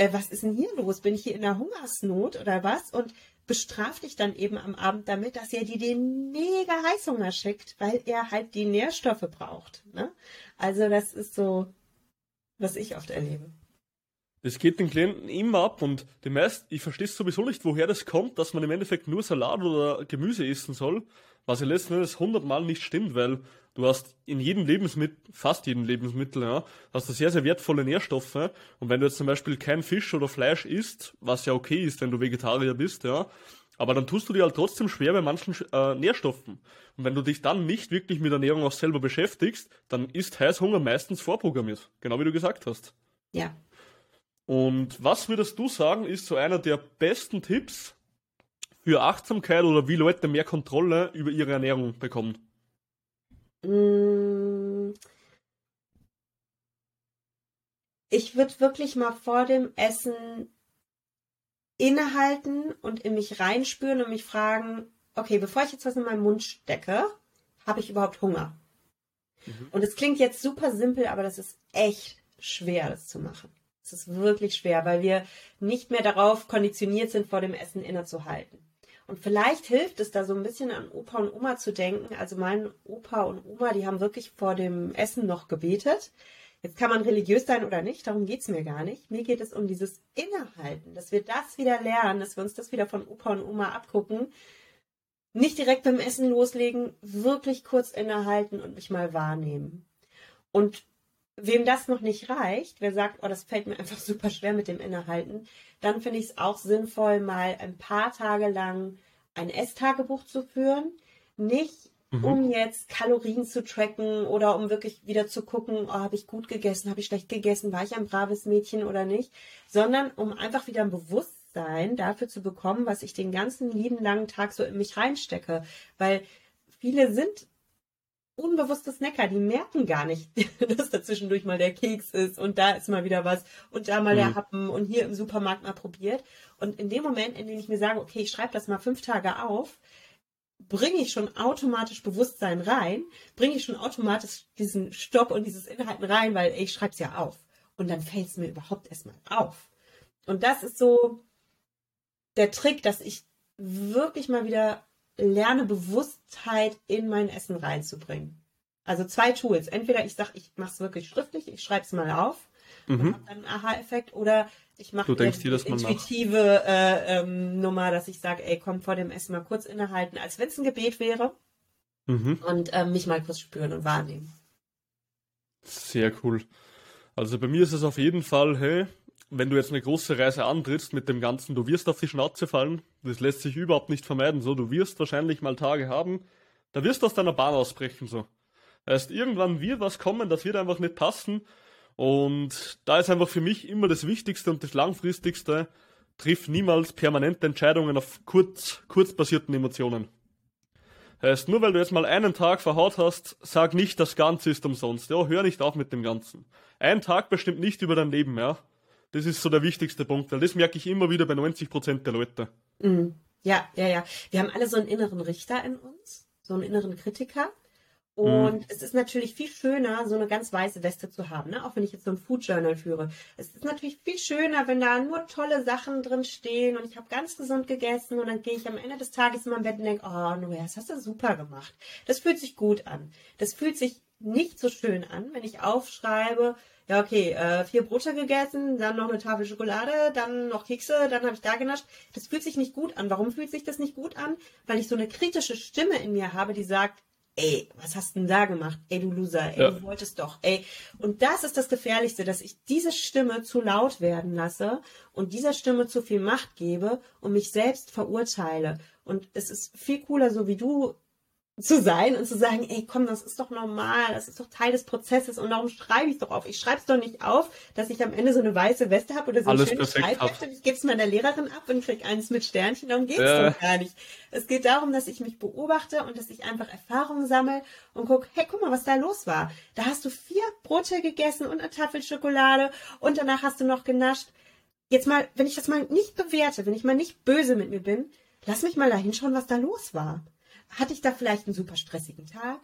was ist denn hier los? Bin ich hier in der Hungersnot oder was? Und bestraft dich dann eben am Abend damit, dass er dir den mega Heißhunger schickt, weil er halt die Nährstoffe braucht. Ne? Also das ist so, was ich oft erlebe. Das geht den Klienten immer ab und die meisten, ich verstehe sowieso nicht, woher das kommt, dass man im Endeffekt nur Salat oder Gemüse essen soll, was ja letzten Endes 100-mal nicht stimmt, weil du hast in jedem Lebensmittel, fast jedem Lebensmittel, ja, hast du sehr, sehr wertvolle Nährstoffe und wenn du jetzt zum Beispiel kein Fisch oder Fleisch isst, was ja okay ist, wenn du Vegetarier bist, ja, aber dann tust du dir halt trotzdem schwer bei manchen Nährstoffen. Und wenn du dich dann nicht wirklich mit Ernährung auch selber beschäftigst, dann ist Heißhunger meistens vorprogrammiert, genau wie du gesagt hast. Ja. Und was würdest du sagen, ist so einer der besten Tipps für Achtsamkeit oder wie Leute mehr Kontrolle über ihre Ernährung bekommen? Ich würde wirklich mal vor dem Essen innehalten und in mich reinspüren und mich fragen, okay, bevor ich jetzt was in meinen Mund stecke, habe ich überhaupt Hunger? Und es klingt jetzt super simpel, aber das ist echt schwer, das zu machen. Es ist wirklich schwer, weil wir nicht mehr darauf konditioniert sind, vor dem Essen innezuhalten. Und vielleicht hilft es da so ein bisschen an Opa und Oma zu denken. Also mein Opa und Oma, die haben wirklich vor dem Essen noch gebetet. Jetzt kann man religiös sein oder nicht, darum geht's mir gar nicht. Mir geht es um dieses Innehalten, dass wir das wieder lernen, dass wir uns das wieder von Opa und Oma abgucken. Nicht direkt beim Essen loslegen, wirklich kurz innehalten und mich mal wahrnehmen. Und wem das noch nicht reicht, wer sagt, oh, das fällt mir einfach super schwer mit dem Innehalten, dann finde ich es auch sinnvoll, mal ein paar Tage lang ein Esstagebuch zu führen. Nicht, um jetzt Kalorien zu tracken oder um wirklich wieder zu gucken, oh, habe ich gut gegessen, habe ich schlecht gegessen, war ich ein braves Mädchen oder nicht, sondern um einfach wieder ein Bewusstsein dafür zu bekommen, was ich den ganzen lieben langen Tag so in mich reinstecke. Weil viele sind unbewusste Snacker, die merken gar nicht, dass da zwischendurch mal der Keks ist und da ist mal wieder was und da mal der Happen und hier im Supermarkt mal probiert. Und in dem Moment, in dem ich mir sage, okay, ich schreibe das mal 5 Tage auf, bringe ich schon automatisch Bewusstsein rein, bringe ich schon automatisch diesen Stopp und dieses Inhalten rein, weil ich schreibe es ja auf. Und dann fällt es mir überhaupt erstmal auf. Und das ist so der Trick, dass ich wirklich mal wieder lerne, Bewusstheit in mein Essen reinzubringen. Also 2 Tools. Entweder ich sage, ich mache es wirklich schriftlich, ich schreibe es mal auf und habe dann einen Aha-Effekt, oder ich mache eine intuitive Nummer, dass ich sage, ey, komm vor dem Essen mal kurz innehalten, als wenn es ein Gebet wäre und mich mal kurz spüren und wahrnehmen. Sehr cool. Also bei mir ist es auf jeden Fall, hey, wenn du jetzt eine große Reise antrittst mit dem Ganzen, du wirst auf die Schnauze fallen. Das lässt sich überhaupt nicht vermeiden. So, du wirst wahrscheinlich mal Tage haben, da wirst du aus deiner Bahn ausbrechen. So, erst irgendwann wird was kommen, das wird einfach nicht passen. Und da ist einfach für mich immer das Wichtigste und das Langfristigste: triff niemals permanente Entscheidungen auf kurz basierten Emotionen. Heißt, nur weil du jetzt mal einen Tag verhaut hast, sag nicht, das Ganze ist umsonst. Ja, hör nicht auf mit dem Ganzen. Ein Tag bestimmt nicht über dein Leben, ja. Das ist so der wichtigste Punkt, weil das merke ich immer wieder bei 90% der Leute. Ja. Wir haben alle so einen inneren Richter in uns, so einen inneren Kritiker. Und es ist natürlich viel schöner, so eine ganz weiße Weste zu haben, ne? Auch wenn ich jetzt so ein Food Journal führe. Es ist natürlich viel schöner, wenn da nur tolle Sachen drin stehen und ich habe ganz gesund gegessen und dann gehe ich am Ende des Tages in mein Bett und denke, oh, Noah, das hast du super gemacht. Das fühlt sich gut an. Das fühlt sich nicht so schön an, wenn ich aufschreibe, ja, okay, 4 Brote gegessen, dann noch eine Tafel Schokolade, dann noch Kekse, dann habe ich da genascht. Das fühlt sich nicht gut an. Warum fühlt sich das nicht gut an? Weil ich so eine kritische Stimme in mir habe, die sagt, ey, was hast du denn da gemacht? Ey, du Loser, ey, du wolltest doch, ey. Und das ist das Gefährlichste, dass ich diese Stimme zu laut werden lasse und dieser Stimme zu viel Macht gebe und mich selbst verurteile. Und es ist viel cooler, so wie du zu sein und zu sagen, ey, komm, das ist doch normal, das ist doch Teil des Prozesses und darum schreibe ich es doch auf. Ich schreibe es doch nicht auf, dass ich am Ende so eine weiße Weste habe oder so ein schönes Schreibheft und ich gebe es meiner Lehrerin ab und kriege eins mit Sternchen, darum geht es doch gar nicht. Es geht darum, dass ich mich beobachte und dass ich einfach Erfahrungen sammle und gucke, hey, guck mal, was da los war. Da hast du 4 Brote gegessen und eine Tafel Schokolade und danach hast du noch genascht. Jetzt mal, wenn ich das mal nicht bewerte, wenn ich mal nicht böse mit mir bin, lass mich mal da hinschauen, was da los war. Hatte ich da vielleicht einen super stressigen Tag?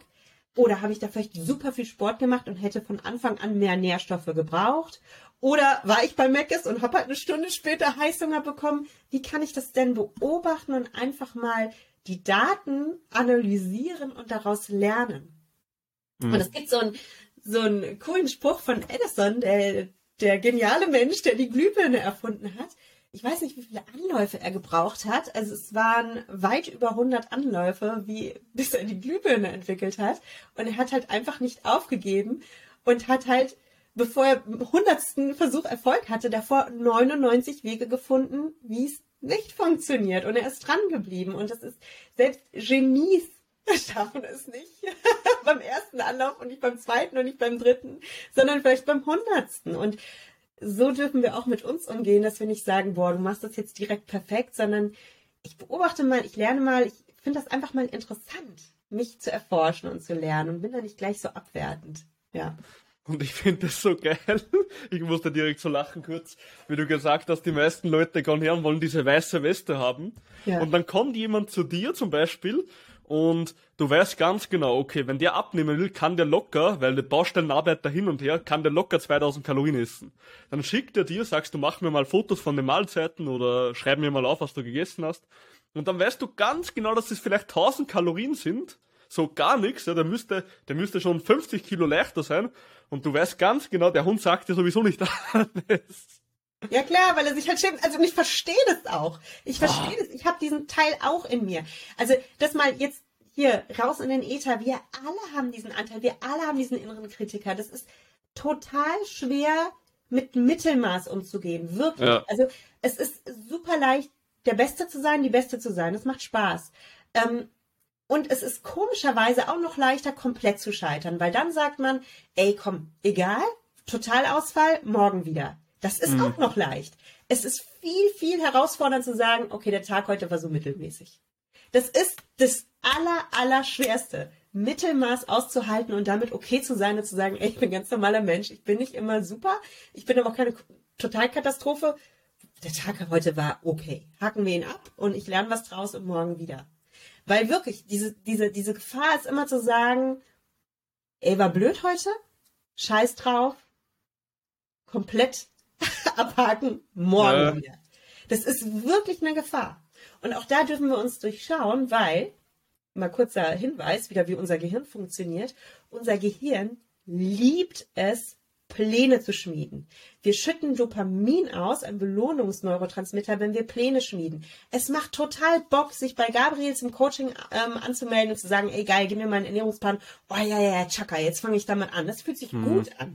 Oder habe ich da vielleicht super viel Sport gemacht und hätte von Anfang an mehr Nährstoffe gebraucht? Oder war ich bei Mc's und habe halt eine Stunde später Heißhunger bekommen? Wie kann ich das denn beobachten und einfach mal die Daten analysieren und daraus lernen? Und es gibt so einen coolen Spruch von Edison, der geniale Mensch, der die Glühbirne erfunden hat. Ich weiß nicht, wie viele Anläufe er gebraucht hat. Also es waren weit über 100 Anläufe, bis er die Glühbirne entwickelt hat. Und er hat halt einfach nicht aufgegeben und hat halt, bevor er im 100. Versuch Erfolg hatte, davor 99 Wege gefunden, wie es nicht funktioniert. Und er ist dran geblieben. Und das ist, selbst Genies schaffen es nicht beim ersten Anlauf und nicht beim zweiten und nicht beim dritten, sondern vielleicht beim 100. Und so dürfen wir auch mit uns umgehen, dass wir nicht sagen, boah, du machst das jetzt direkt perfekt, sondern ich beobachte mal, ich lerne mal, ich finde das einfach mal interessant, mich zu erforschen und zu lernen und bin da nicht gleich so abwertend. Ja. Und ich finde das so geil. Ich musste direkt so lachen kurz, wie du gesagt hast, die meisten Leute gehen her und wollen diese weiße Weste haben. Ja. Und dann kommt jemand zu dir zum Beispiel und du weißt ganz genau, okay, wenn der abnehmen will, kann der locker, weil der Baustellenarbeit da hin und her, kann der locker 2000 Kalorien essen. Dann schickt er dir, sagst du, mach mir mal Fotos von den Mahlzeiten oder schreib mir mal auf, was du gegessen hast. Und dann weißt du ganz genau, dass es vielleicht 1000 Kalorien sind. So gar nichts, ja, der müsste schon 50 Kilo leichter sein. Und du weißt ganz genau, der Hund sagt dir sowieso nicht alles. Ja klar, weil er sich halt schämt. Also ich verstehe das auch. Ich verstehe das. Ich habe diesen Teil auch in mir. Also das mal jetzt hier raus in den Äther. Wir alle haben diesen Anteil. Wir alle haben diesen inneren Kritiker. Das ist total schwer mit Mittelmaß umzugehen. Wirklich. Ja. Also es ist super leicht, der Beste zu sein, die Beste zu sein. Das macht Spaß. Und es ist komischerweise auch noch leichter, komplett zu scheitern. Weil dann sagt man, ey komm, egal, Totalausfall, morgen wieder. Das ist auch noch leicht. Es ist viel, viel herausfordernd zu sagen, okay, der Tag heute war so mittelmäßig. Das ist das Allerschwerste, Mittelmaß auszuhalten und damit okay zu sein und zu sagen, ey, ich bin ein ganz normaler Mensch, ich bin nicht immer super, ich bin aber auch keine Totalkatastrophe. Der Tag heute war okay. Haken wir ihn ab und ich lerne was draus und morgen wieder. Weil wirklich, diese Gefahr ist immer zu sagen, ey, war blöd heute, scheiß drauf, komplett abhaken, morgen wieder. Das ist wirklich eine Gefahr. Und auch da dürfen wir uns durchschauen, weil, mal kurzer Hinweis, wieder wie unser Gehirn funktioniert. Unser Gehirn liebt es, Pläne zu schmieden. Wir schütten Dopamin aus, ein Belohnungsneurotransmitter, wenn wir Pläne schmieden. Es macht total Bock, sich bei Gabriels im Coaching anzumelden und zu sagen, ey geil, gib mir mal einen Ernährungsplan. Oh ja, tschakka, jetzt fange ich damit an. Das fühlt sich gut an.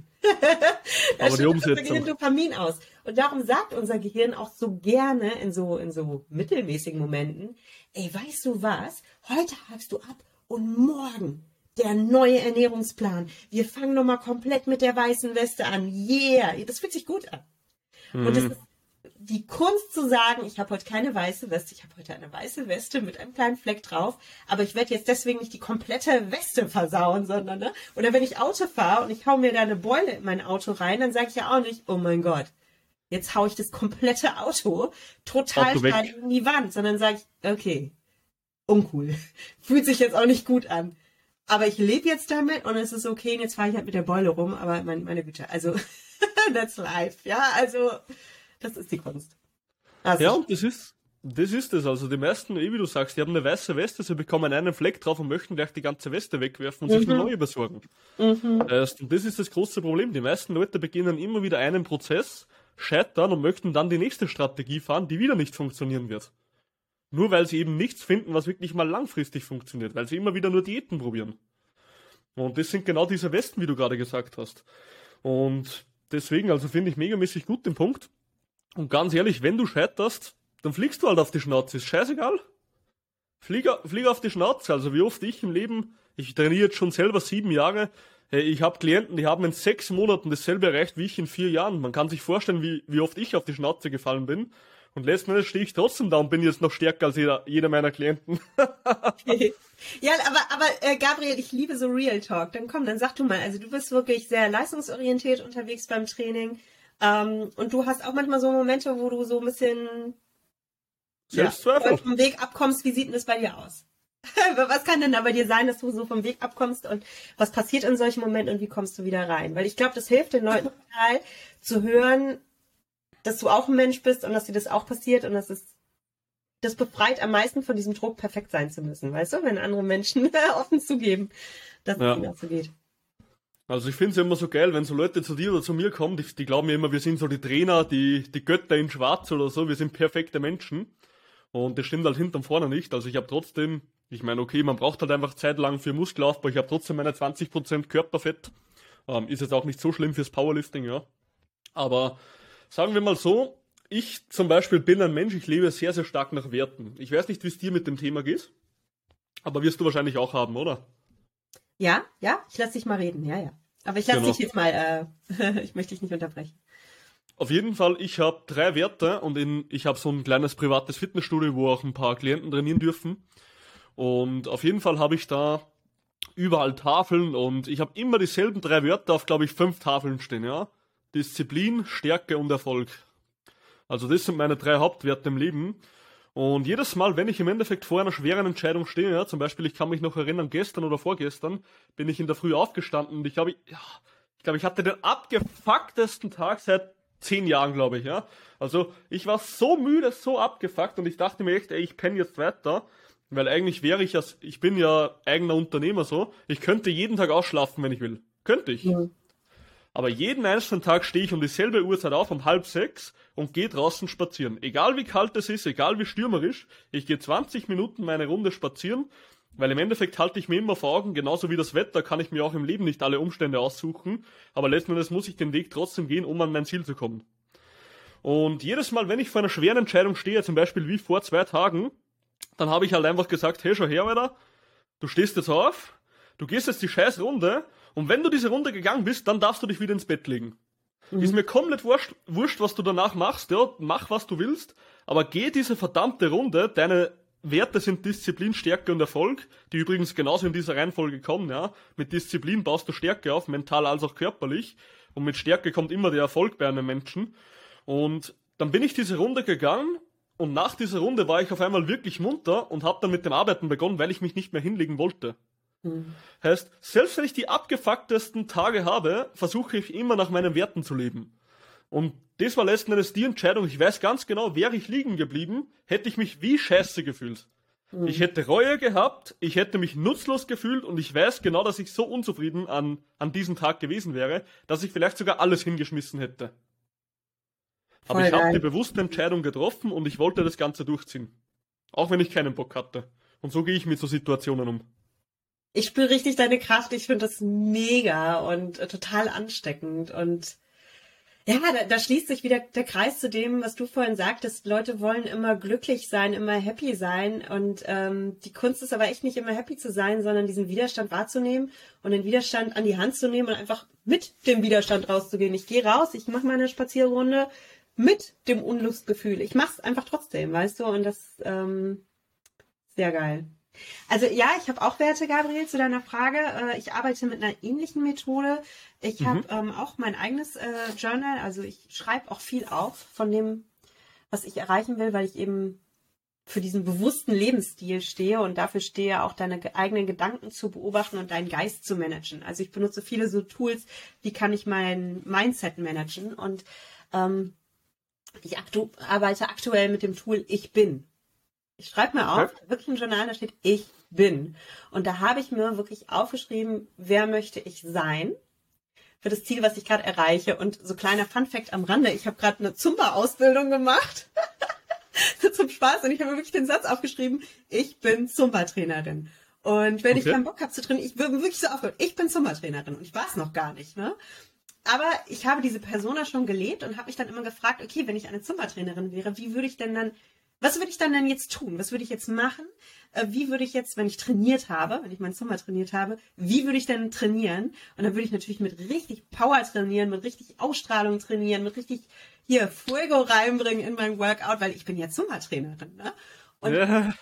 Da schüttet unser Gehirn Dopamin aus. Und darum sagt unser Gehirn auch so gerne in so mittelmäßigen Momenten, ey, weißt du was? Heute hakst du ab und morgen der neue Ernährungsplan. Wir fangen nochmal komplett mit der weißen Weste an. Yeah, das fühlt sich gut an. Und das ist die Kunst zu sagen, ich habe heute keine weiße Weste, ich habe heute eine weiße Weste mit einem kleinen Fleck drauf, aber ich werde jetzt deswegen nicht die komplette Weste versauen, sondern, ne? Oder wenn ich Auto fahre und ich hau mir da eine Beule in mein Auto rein, dann sage ich ja auch nicht, oh mein Gott, jetzt hau ich das komplette Auto total steil in die Wand, sondern sage ich, okay, uncool. Fühlt sich jetzt auch nicht gut an. Aber ich lebe jetzt damit und es ist okay, und jetzt fahre ich halt mit der Beule rum, aber meine Güte, also that's life, ja, also das ist die Kunst. Also, ja, und das ist es, also die meisten, wie du sagst, die haben eine weiße Weste, sie bekommen einen Fleck drauf und möchten gleich die ganze Weste wegwerfen und sich eine neue besorgen. Und das ist das große Problem, die meisten Leute beginnen immer wieder einen Prozess, scheitern und möchten dann die nächste Strategie fahren, die wieder nicht funktionieren wird. Nur weil sie eben nichts finden, was wirklich mal langfristig funktioniert, weil sie immer wieder nur Diäten probieren. Und das sind genau diese Westen, wie du gerade gesagt hast. Und deswegen, also finde ich megamäßig gut den Punkt. Und ganz ehrlich, wenn du scheiterst, dann fliegst du halt auf die Schnauze. Ist scheißegal. Flieg auf die Schnauze. Also wie oft ich im Leben, ich trainiere jetzt schon selber 7 Jahre, ich habe Klienten, die haben in 6 Monaten dasselbe erreicht wie ich in 4 Jahren. Man kann sich vorstellen, wie oft ich auf die Schnauze gefallen bin. Und letzten Endes stehe ich trotzdem da und bin jetzt noch stärker als jeder meiner Klienten. Ja, aber Gabriel, ich liebe so Real Talk. Dann komm, dann sag du mal. Also du bist wirklich sehr leistungsorientiert unterwegs beim Training. Und du hast auch manchmal so Momente, wo du so ein bisschen Selbstzweifel vom Weg abkommst. Wie sieht denn das bei dir aus? Was kann denn da bei dir sein, dass du so vom Weg abkommst und was passiert in solchen Momenten und wie kommst du wieder rein? Weil ich glaube, das hilft den Leuten total zu hören, dass du auch ein Mensch bist und dass dir das auch passiert und das befreit am meisten von diesem Druck, perfekt sein zu müssen, weißt du, wenn andere Menschen offen zugeben, dass es ihnen auch so geht. Also ich finde es ja immer so geil, wenn so Leute zu dir oder zu mir kommen, die glauben ja immer, wir sind so die Trainer, die Götter in Schwarz oder so, wir sind perfekte Menschen. Und das stimmt halt hinterm vorne nicht. Also ich habe trotzdem, ich meine, okay, man braucht halt einfach Zeit lang für Muskelaufbau, ich habe trotzdem meine 20% Körperfett. Ist jetzt auch nicht so schlimm fürs Powerlifting, ja. Aber sagen wir mal so, ich zum Beispiel bin ein Mensch, ich lebe sehr, sehr stark nach Werten. Ich weiß nicht, wie es dir mit dem Thema geht, aber wirst du wahrscheinlich auch haben, oder? Ja, ich lasse dich mal reden, ja. Aber ich lasse dich jetzt mal, ich möchte dich nicht unterbrechen. Auf jeden Fall, ich habe 3 Werte und ich habe so ein kleines privates Fitnessstudio, wo auch ein paar Klienten trainieren dürfen. Und auf jeden Fall habe ich da überall Tafeln und ich habe immer dieselben 3 Wörter auf, glaube ich, 5 Tafeln stehen, ja. Disziplin, Stärke und Erfolg. Also das sind meine 3 Hauptwerte im Leben. Und jedes Mal, wenn ich im Endeffekt vor einer schweren Entscheidung stehe, ja, zum Beispiel, ich kann mich noch erinnern, gestern oder vorgestern, bin ich in der Früh aufgestanden und ich hatte den abgefucktesten Tag seit 10 Jahren, glaube ich, ja. Also ich war so müde, so abgefuckt und ich dachte mir echt, ey, ich penne jetzt weiter, weil eigentlich ich bin ja eigener Unternehmer so, ich könnte jeden Tag ausschlafen, wenn ich will. Könnte ich. Ja. Aber jeden einzelnen Tag stehe ich um dieselbe Uhrzeit auf, um 5:30 und gehe draußen spazieren. Egal wie kalt es ist, egal wie stürmerisch, ich gehe 20 Minuten meine Runde spazieren, weil im Endeffekt halte ich mir immer vor Augen, genauso wie das Wetter kann ich mir auch im Leben nicht alle Umstände aussuchen, aber letzten Endes muss ich den Weg trotzdem gehen, um an mein Ziel zu kommen. Und jedes Mal, wenn ich vor einer schweren Entscheidung stehe, zum Beispiel wie vor 2 Tagen, dann habe ich halt einfach gesagt, hey, schau her, Alter, du stehst jetzt auf, du gehst jetzt die scheiß Runde und wenn du diese Runde gegangen bist, dann darfst du dich wieder ins Bett legen. Ist mir komplett wurscht, was du danach machst, ja, mach was du willst, aber geh diese verdammte Runde, deine Werte sind Disziplin, Stärke und Erfolg, die übrigens genauso in dieser Reihenfolge kommen, ja. Mit Disziplin baust du Stärke auf, mental als auch körperlich, und mit Stärke kommt immer der Erfolg bei einem Menschen. Und dann bin ich diese Runde gegangen und nach dieser Runde war ich auf einmal wirklich munter und habe dann mit dem Arbeiten begonnen, weil ich mich nicht mehr hinlegen wollte. Heißt, selbst wenn ich die abgefucktesten Tage habe, versuche ich immer nach meinen Werten zu leben. Und das war letzten Endes die Entscheidung. Ich weiß ganz genau, wäre ich liegen geblieben, hätte ich mich wie scheiße gefühlt. Ich hätte Reue gehabt, ich hätte mich nutzlos gefühlt und ich weiß genau, dass ich so unzufrieden an diesem Tag gewesen wäre, dass ich vielleicht sogar alles hingeschmissen hätte. Aber ich habe die bewusste Entscheidung getroffen und ich wollte das Ganze durchziehen. Auch wenn ich keinen Bock hatte. Und so gehe ich mit so Situationen um. Ich spüre richtig deine Kraft. Ich finde das mega und total ansteckend. Und ja, da schließt sich wieder der Kreis zu dem, was du vorhin sagtest. Leute wollen immer glücklich sein, immer happy sein. Und die Kunst ist aber echt nicht immer happy zu sein, sondern diesen Widerstand wahrzunehmen und den Widerstand an die Hand zu nehmen und einfach mit dem Widerstand rauszugehen. Ich gehe raus, ich mache meine Spazierrunde mit dem Unlustgefühl. Ich mache es einfach trotzdem, weißt du? Und das sehr geil. Also ja, ich habe auch Werte, Gabriel, zu deiner Frage. Ich arbeite mit einer ähnlichen Methode. Ich habe auch mein eigenes Journal, also ich schreibe auch viel auf von dem, was ich erreichen will, weil ich eben für diesen bewussten Lebensstil stehe und dafür stehe, auch deine eigenen Gedanken zu beobachten und deinen Geist zu managen. Also ich benutze viele so Tools, wie kann ich mein Mindset managen, und ich arbeite aktuell mit dem Tool Ich Bin. Ich schreibe mir auf, wirklich ein Journal, da steht Ich Bin. Und da habe ich mir wirklich aufgeschrieben, wer möchte ich sein für das Ziel, was ich gerade erreiche. Und so kleiner Funfact am Rande, ich habe gerade eine Zumba-Ausbildung gemacht. Zum Spaß. Und ich habe mir wirklich den Satz aufgeschrieben, ich bin Zumba-Trainerin. Und wenn ich keinen Bock habe zu trainieren, ich würde wirklich so aufhören, ich bin Zumba-Trainerin. Und ich war es noch gar nicht, ne? Aber ich habe diese Persona schon gelebt und habe mich dann immer gefragt, okay, wenn ich eine Zumba-Trainerin wäre, was würde ich dann denn jetzt tun? Was würde ich jetzt machen? Wie würde ich jetzt, wenn ich meinen Zumba trainiert habe, wie würde ich denn trainieren? Und dann würde ich natürlich mit richtig Power trainieren, mit richtig Ausstrahlung trainieren, mit richtig hier Fuego reinbringen in mein Workout, weil ich bin ja Zumba-Trainerin, ne? Und,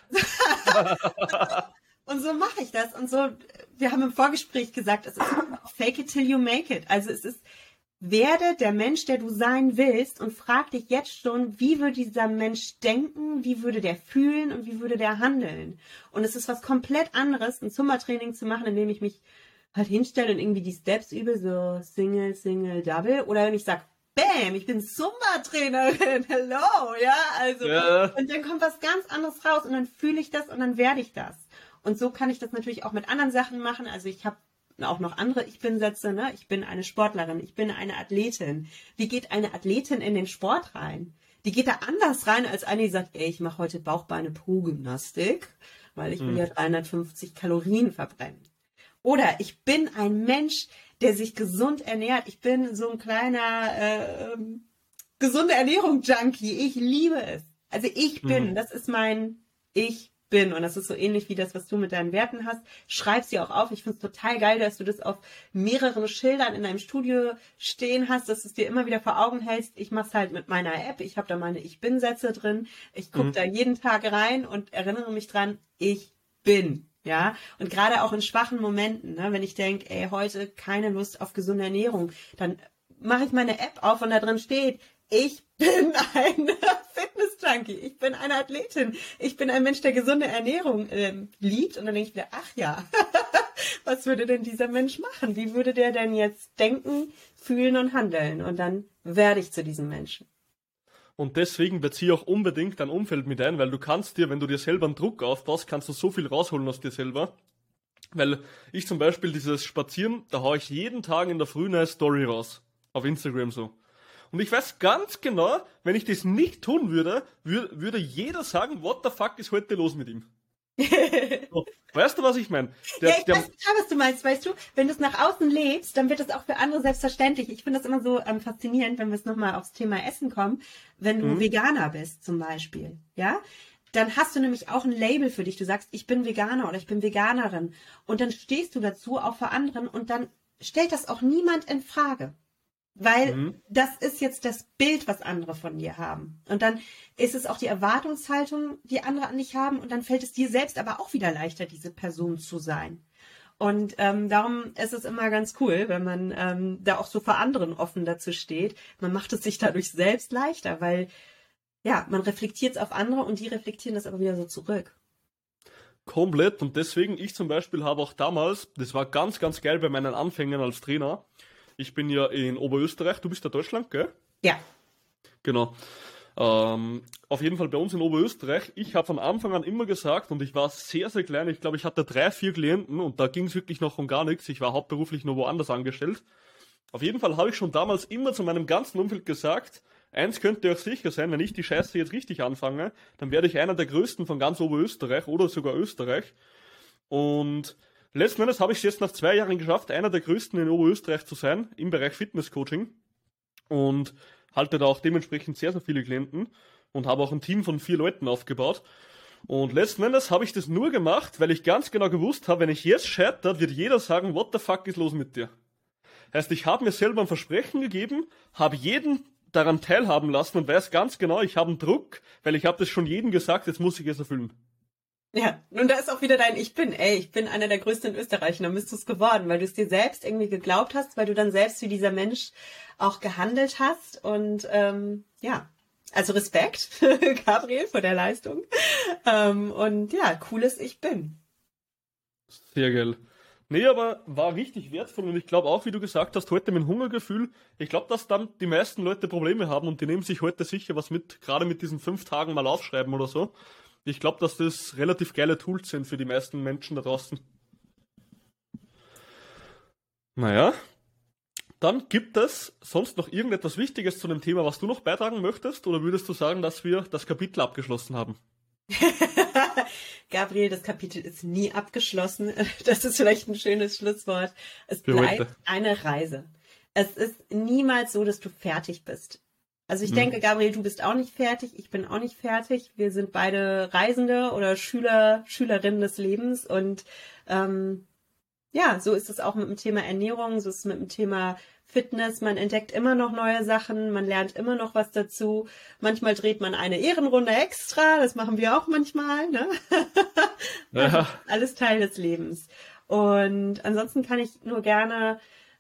und so mache ich das. Und so, wir haben im Vorgespräch gesagt, es ist fake it till you make it. Also es ist werde der Mensch, der du sein willst und frag dich jetzt schon, wie würde dieser Mensch denken, wie würde der fühlen und wie würde der handeln. Und es ist was komplett anderes, ein Zumba-Training zu machen, indem ich mich halt hinstelle und irgendwie die Steps übe, so Single, Single, Double. Oder wenn ich sage, Bam, ich bin Zumba-Trainerin, hello, ja, also. Ja. Und dann kommt was ganz anderes raus und dann fühle ich das und dann werde ich das. Und so kann ich das natürlich auch mit anderen Sachen machen. Also ich habe auch noch andere Ich-Bin-Sätze, ne? Ich bin eine Sportlerin, ich bin eine Athletin. Wie geht eine Athletin in den Sport rein? Die geht da anders rein, als eine, die sagt, ey, ich mache heute Bauch-Beine-Po-Gymnastik, weil ich will ja 350 Kalorien verbrennen. Oder ich bin ein Mensch, der sich gesund ernährt. Ich bin so ein kleiner gesunde Ernährung-Junkie. Ich liebe es. Also ich bin, das ist mein Ich bin. Und das ist so ähnlich wie das, was du mit deinen Werten hast. Schreib sie auch auf. Ich finde es total geil, dass du das auf mehreren Schildern in deinem Studio stehen hast, dass du es dir immer wieder vor Augen hältst. Ich mache es halt mit meiner App. Ich habe da meine Ich-Bin-Sätze drin. Ich gucke da jeden Tag rein und erinnere mich dran, ich bin. Ja, und gerade auch in schwachen Momenten, ne, wenn ich denke, ey, heute keine Lust auf gesunde Ernährung, dann mache ich meine App auf und da drin steht, ich bin ein Fitness-Junkie, ich bin eine Athletin, ich bin ein Mensch, der gesunde Ernährung liebt. Und dann denke ich wieder, ach ja, was würde denn dieser Mensch machen? Wie würde der denn jetzt denken, fühlen und handeln? Und dann werde ich zu diesem Menschen. Und deswegen beziehe auch unbedingt dein Umfeld mit ein, weil du kannst dir, wenn du dir selber einen Druck aufbaust, kannst du so viel rausholen aus dir selber. Weil ich zum Beispiel dieses Spazieren, da haue ich jeden Tag in der Früh eine Story raus. Auf Instagram so. Und ich weiß ganz genau, wenn ich das nicht tun würde, würde jeder sagen, what the fuck ist heute los mit ihm? So, weißt du, was ich meine? Ja, ich weiß total, was du meinst, weißt du? Wenn du es nach außen lebst, dann wird es auch für andere selbstverständlich. Ich finde das immer so faszinierend, wenn wir es nochmal aufs Thema Essen kommen. Wenn du Veganer bist zum Beispiel, ja? Dann hast du nämlich auch ein Label für dich. Du sagst, ich bin Veganer oder ich bin Veganerin. Und dann stehst du dazu auch vor anderen und dann stellt das auch niemand in Frage. Weil das ist jetzt das Bild, was andere von dir haben. Und dann ist es auch die Erwartungshaltung, die andere an dich haben. Und dann fällt es dir selbst aber auch wieder leichter, diese Person zu sein. Und darum ist es immer ganz cool, wenn man da auch so vor anderen offen dazu steht. Man macht es sich dadurch selbst leichter, weil ja, man reflektiert es auf andere und die reflektieren das aber wieder so zurück. Komplett. Und deswegen, ich zum Beispiel habe auch damals, das war ganz, ganz geil bei meinen Anfängen als Trainer. Ich bin ja in Oberösterreich, du bist ja Deutschland, gell? Ja. Genau. Auf jeden Fall bei uns in Oberösterreich. Ich habe von Anfang an immer gesagt, und ich war sehr, sehr klein, ich glaube, ich hatte 3, 4 Klienten und da ging es wirklich noch um gar nichts. Ich war hauptberuflich nur woanders angestellt. Auf jeden Fall habe ich schon damals immer zu meinem ganzen Umfeld gesagt, eins könnt ihr euch sicher sein, wenn ich die Scheiße jetzt richtig anfange, dann werde ich einer der Größten von ganz Oberösterreich oder sogar Österreich. Und letzten Endes habe ich es jetzt nach 2 Jahren geschafft, einer der größten in Oberösterreich zu sein, im Bereich Fitnesscoaching. Und halte da auch dementsprechend sehr, sehr viele Klienten und habe auch ein Team von 4 Leuten aufgebaut. Und letzten Endes habe ich das nur gemacht, weil ich ganz genau gewusst habe, wenn ich jetzt scheitere, wird jeder sagen, what the fuck ist los mit dir? Heißt, ich habe mir selber ein Versprechen gegeben, habe jeden daran teilhaben lassen und weiß ganz genau, ich habe einen Druck, weil ich habe das schon jedem gesagt, jetzt muss ich es erfüllen. Ja, und da ist auch wieder dein Ich bin. Ey, ich bin einer der Größten in Österreich. Und dann bist du es geworden, weil du es dir selbst irgendwie geglaubt hast, weil du dann selbst wie dieser Mensch auch gehandelt hast. Und ja, also Respekt, Gabriel, vor der Leistung. Und ja, cooles Ich bin. Sehr geil. Nee, aber war richtig wertvoll und ich glaube auch, wie du gesagt hast, heute mit dem Hungergefühl, ich glaube, dass dann die meisten Leute Probleme haben und die nehmen sich heute sicher was mit, gerade mit diesen 5 Tagen mal aufschreiben oder so. Ich glaube, dass das relativ geile Tools sind für die meisten Menschen da draußen. Naja, dann gibt es sonst noch irgendetwas Wichtiges zu dem Thema, was du noch beitragen möchtest? Oder würdest du sagen, dass wir das Kapitel abgeschlossen haben? Gabriel, das Kapitel ist nie abgeschlossen. Das ist vielleicht ein schönes Schlusswort. Es bleibt eine Reise. Es ist niemals so, dass du fertig bist. Also ich denke, Gabriel, du bist auch nicht fertig, ich bin auch nicht fertig. Wir sind beide Reisende oder Schülerinnen des Lebens. Und ja, so ist es auch mit dem Thema Ernährung, so ist es mit dem Thema Fitness. Man entdeckt immer noch neue Sachen, man lernt immer noch was dazu. Manchmal dreht man eine Ehrenrunde extra, das machen wir auch manchmal, ne? Ja. Alles Teil des Lebens. Und ansonsten kann ich nur gerne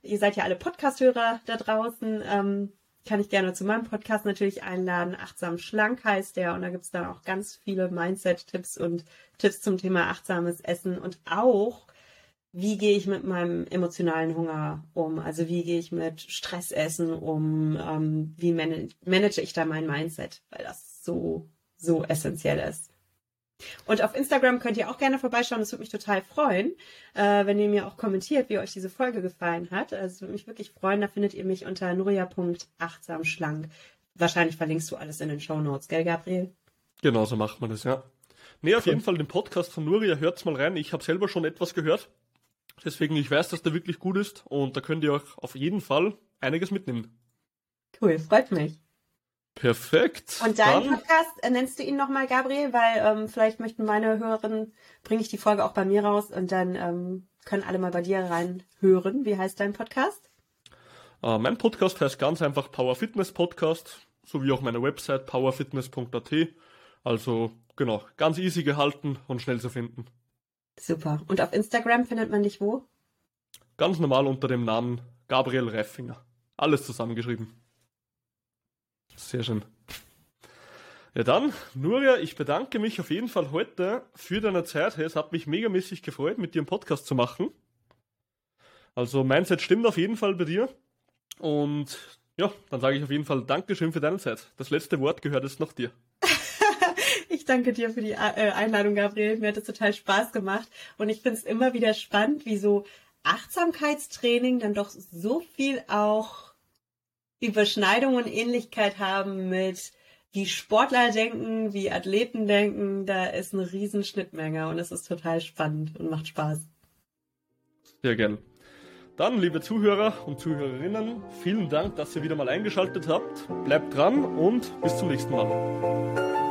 ihr seid ja alle Podcast-Hörer da draußen, kann ich gerne zu meinem Podcast natürlich einladen. Achtsam schlank heißt der und da gibt's dann auch ganz viele Mindset-Tipps und Tipps zum Thema achtsames Essen und auch, wie gehe ich mit meinem emotionalen Hunger um? Also wie gehe ich mit Stressessen um? Wie manage ich da mein Mindset? Weil das so essentiell ist. Und auf Instagram könnt ihr auch gerne vorbeischauen. Das würde mich total freuen, wenn ihr mir auch kommentiert, wie euch diese Folge gefallen hat. Also es würde mich wirklich freuen. Da findet ihr mich unter nuria.achtsamschlank. Wahrscheinlich verlinkst du alles in den Shownotes, gell, Gabriel? Genau, so macht man das, ja. Nee, auf jeden Fall den Podcast von Nuria, hört's mal rein. Ich habe selber schon etwas gehört. Deswegen, ich weiß, dass der wirklich gut ist. Und da könnt ihr auch auf jeden Fall einiges mitnehmen. Cool, freut mich. Perfekt. Und deinen Podcast, nennst du ihn nochmal, Gabriel? Weil vielleicht möchten meine Hörerinnen, bringe ich die Folge auch bei mir raus und dann können alle mal bei dir reinhören. Wie heißt dein Podcast? Mein Podcast heißt ganz einfach Power Fitness Podcast, sowie auch meine Website powerfitness.at. Also genau, ganz easy gehalten und schnell zu finden. Super. Und auf Instagram findet man dich wo? Ganz normal unter dem Namen Gabriel Reifinger. Alles zusammengeschrieben. Sehr schön. Ja dann, Nuria, ich bedanke mich auf jeden Fall heute für deine Zeit. Es hat mich megamäßig gefreut, mit dir einen Podcast zu machen. Also Mindset stimmt auf jeden Fall bei dir. Und ja, dann sage ich auf jeden Fall Dankeschön für deine Zeit. Das letzte Wort gehört jetzt noch dir. Ich danke dir für die Einladung, Gabriel. Mir hat es total Spaß gemacht. Und ich finde es immer wieder spannend, wie so Achtsamkeitstraining dann doch so viel auch Überschneidung und Ähnlichkeit haben mit wie Sportler denken, wie Athleten denken. Da ist eine riesen Schnittmenge und es ist total spannend und macht Spaß. Sehr gern. Dann, liebe Zuhörer und Zuhörerinnen, vielen Dank, dass ihr wieder mal eingeschaltet habt. Bleibt dran und bis zum nächsten Mal.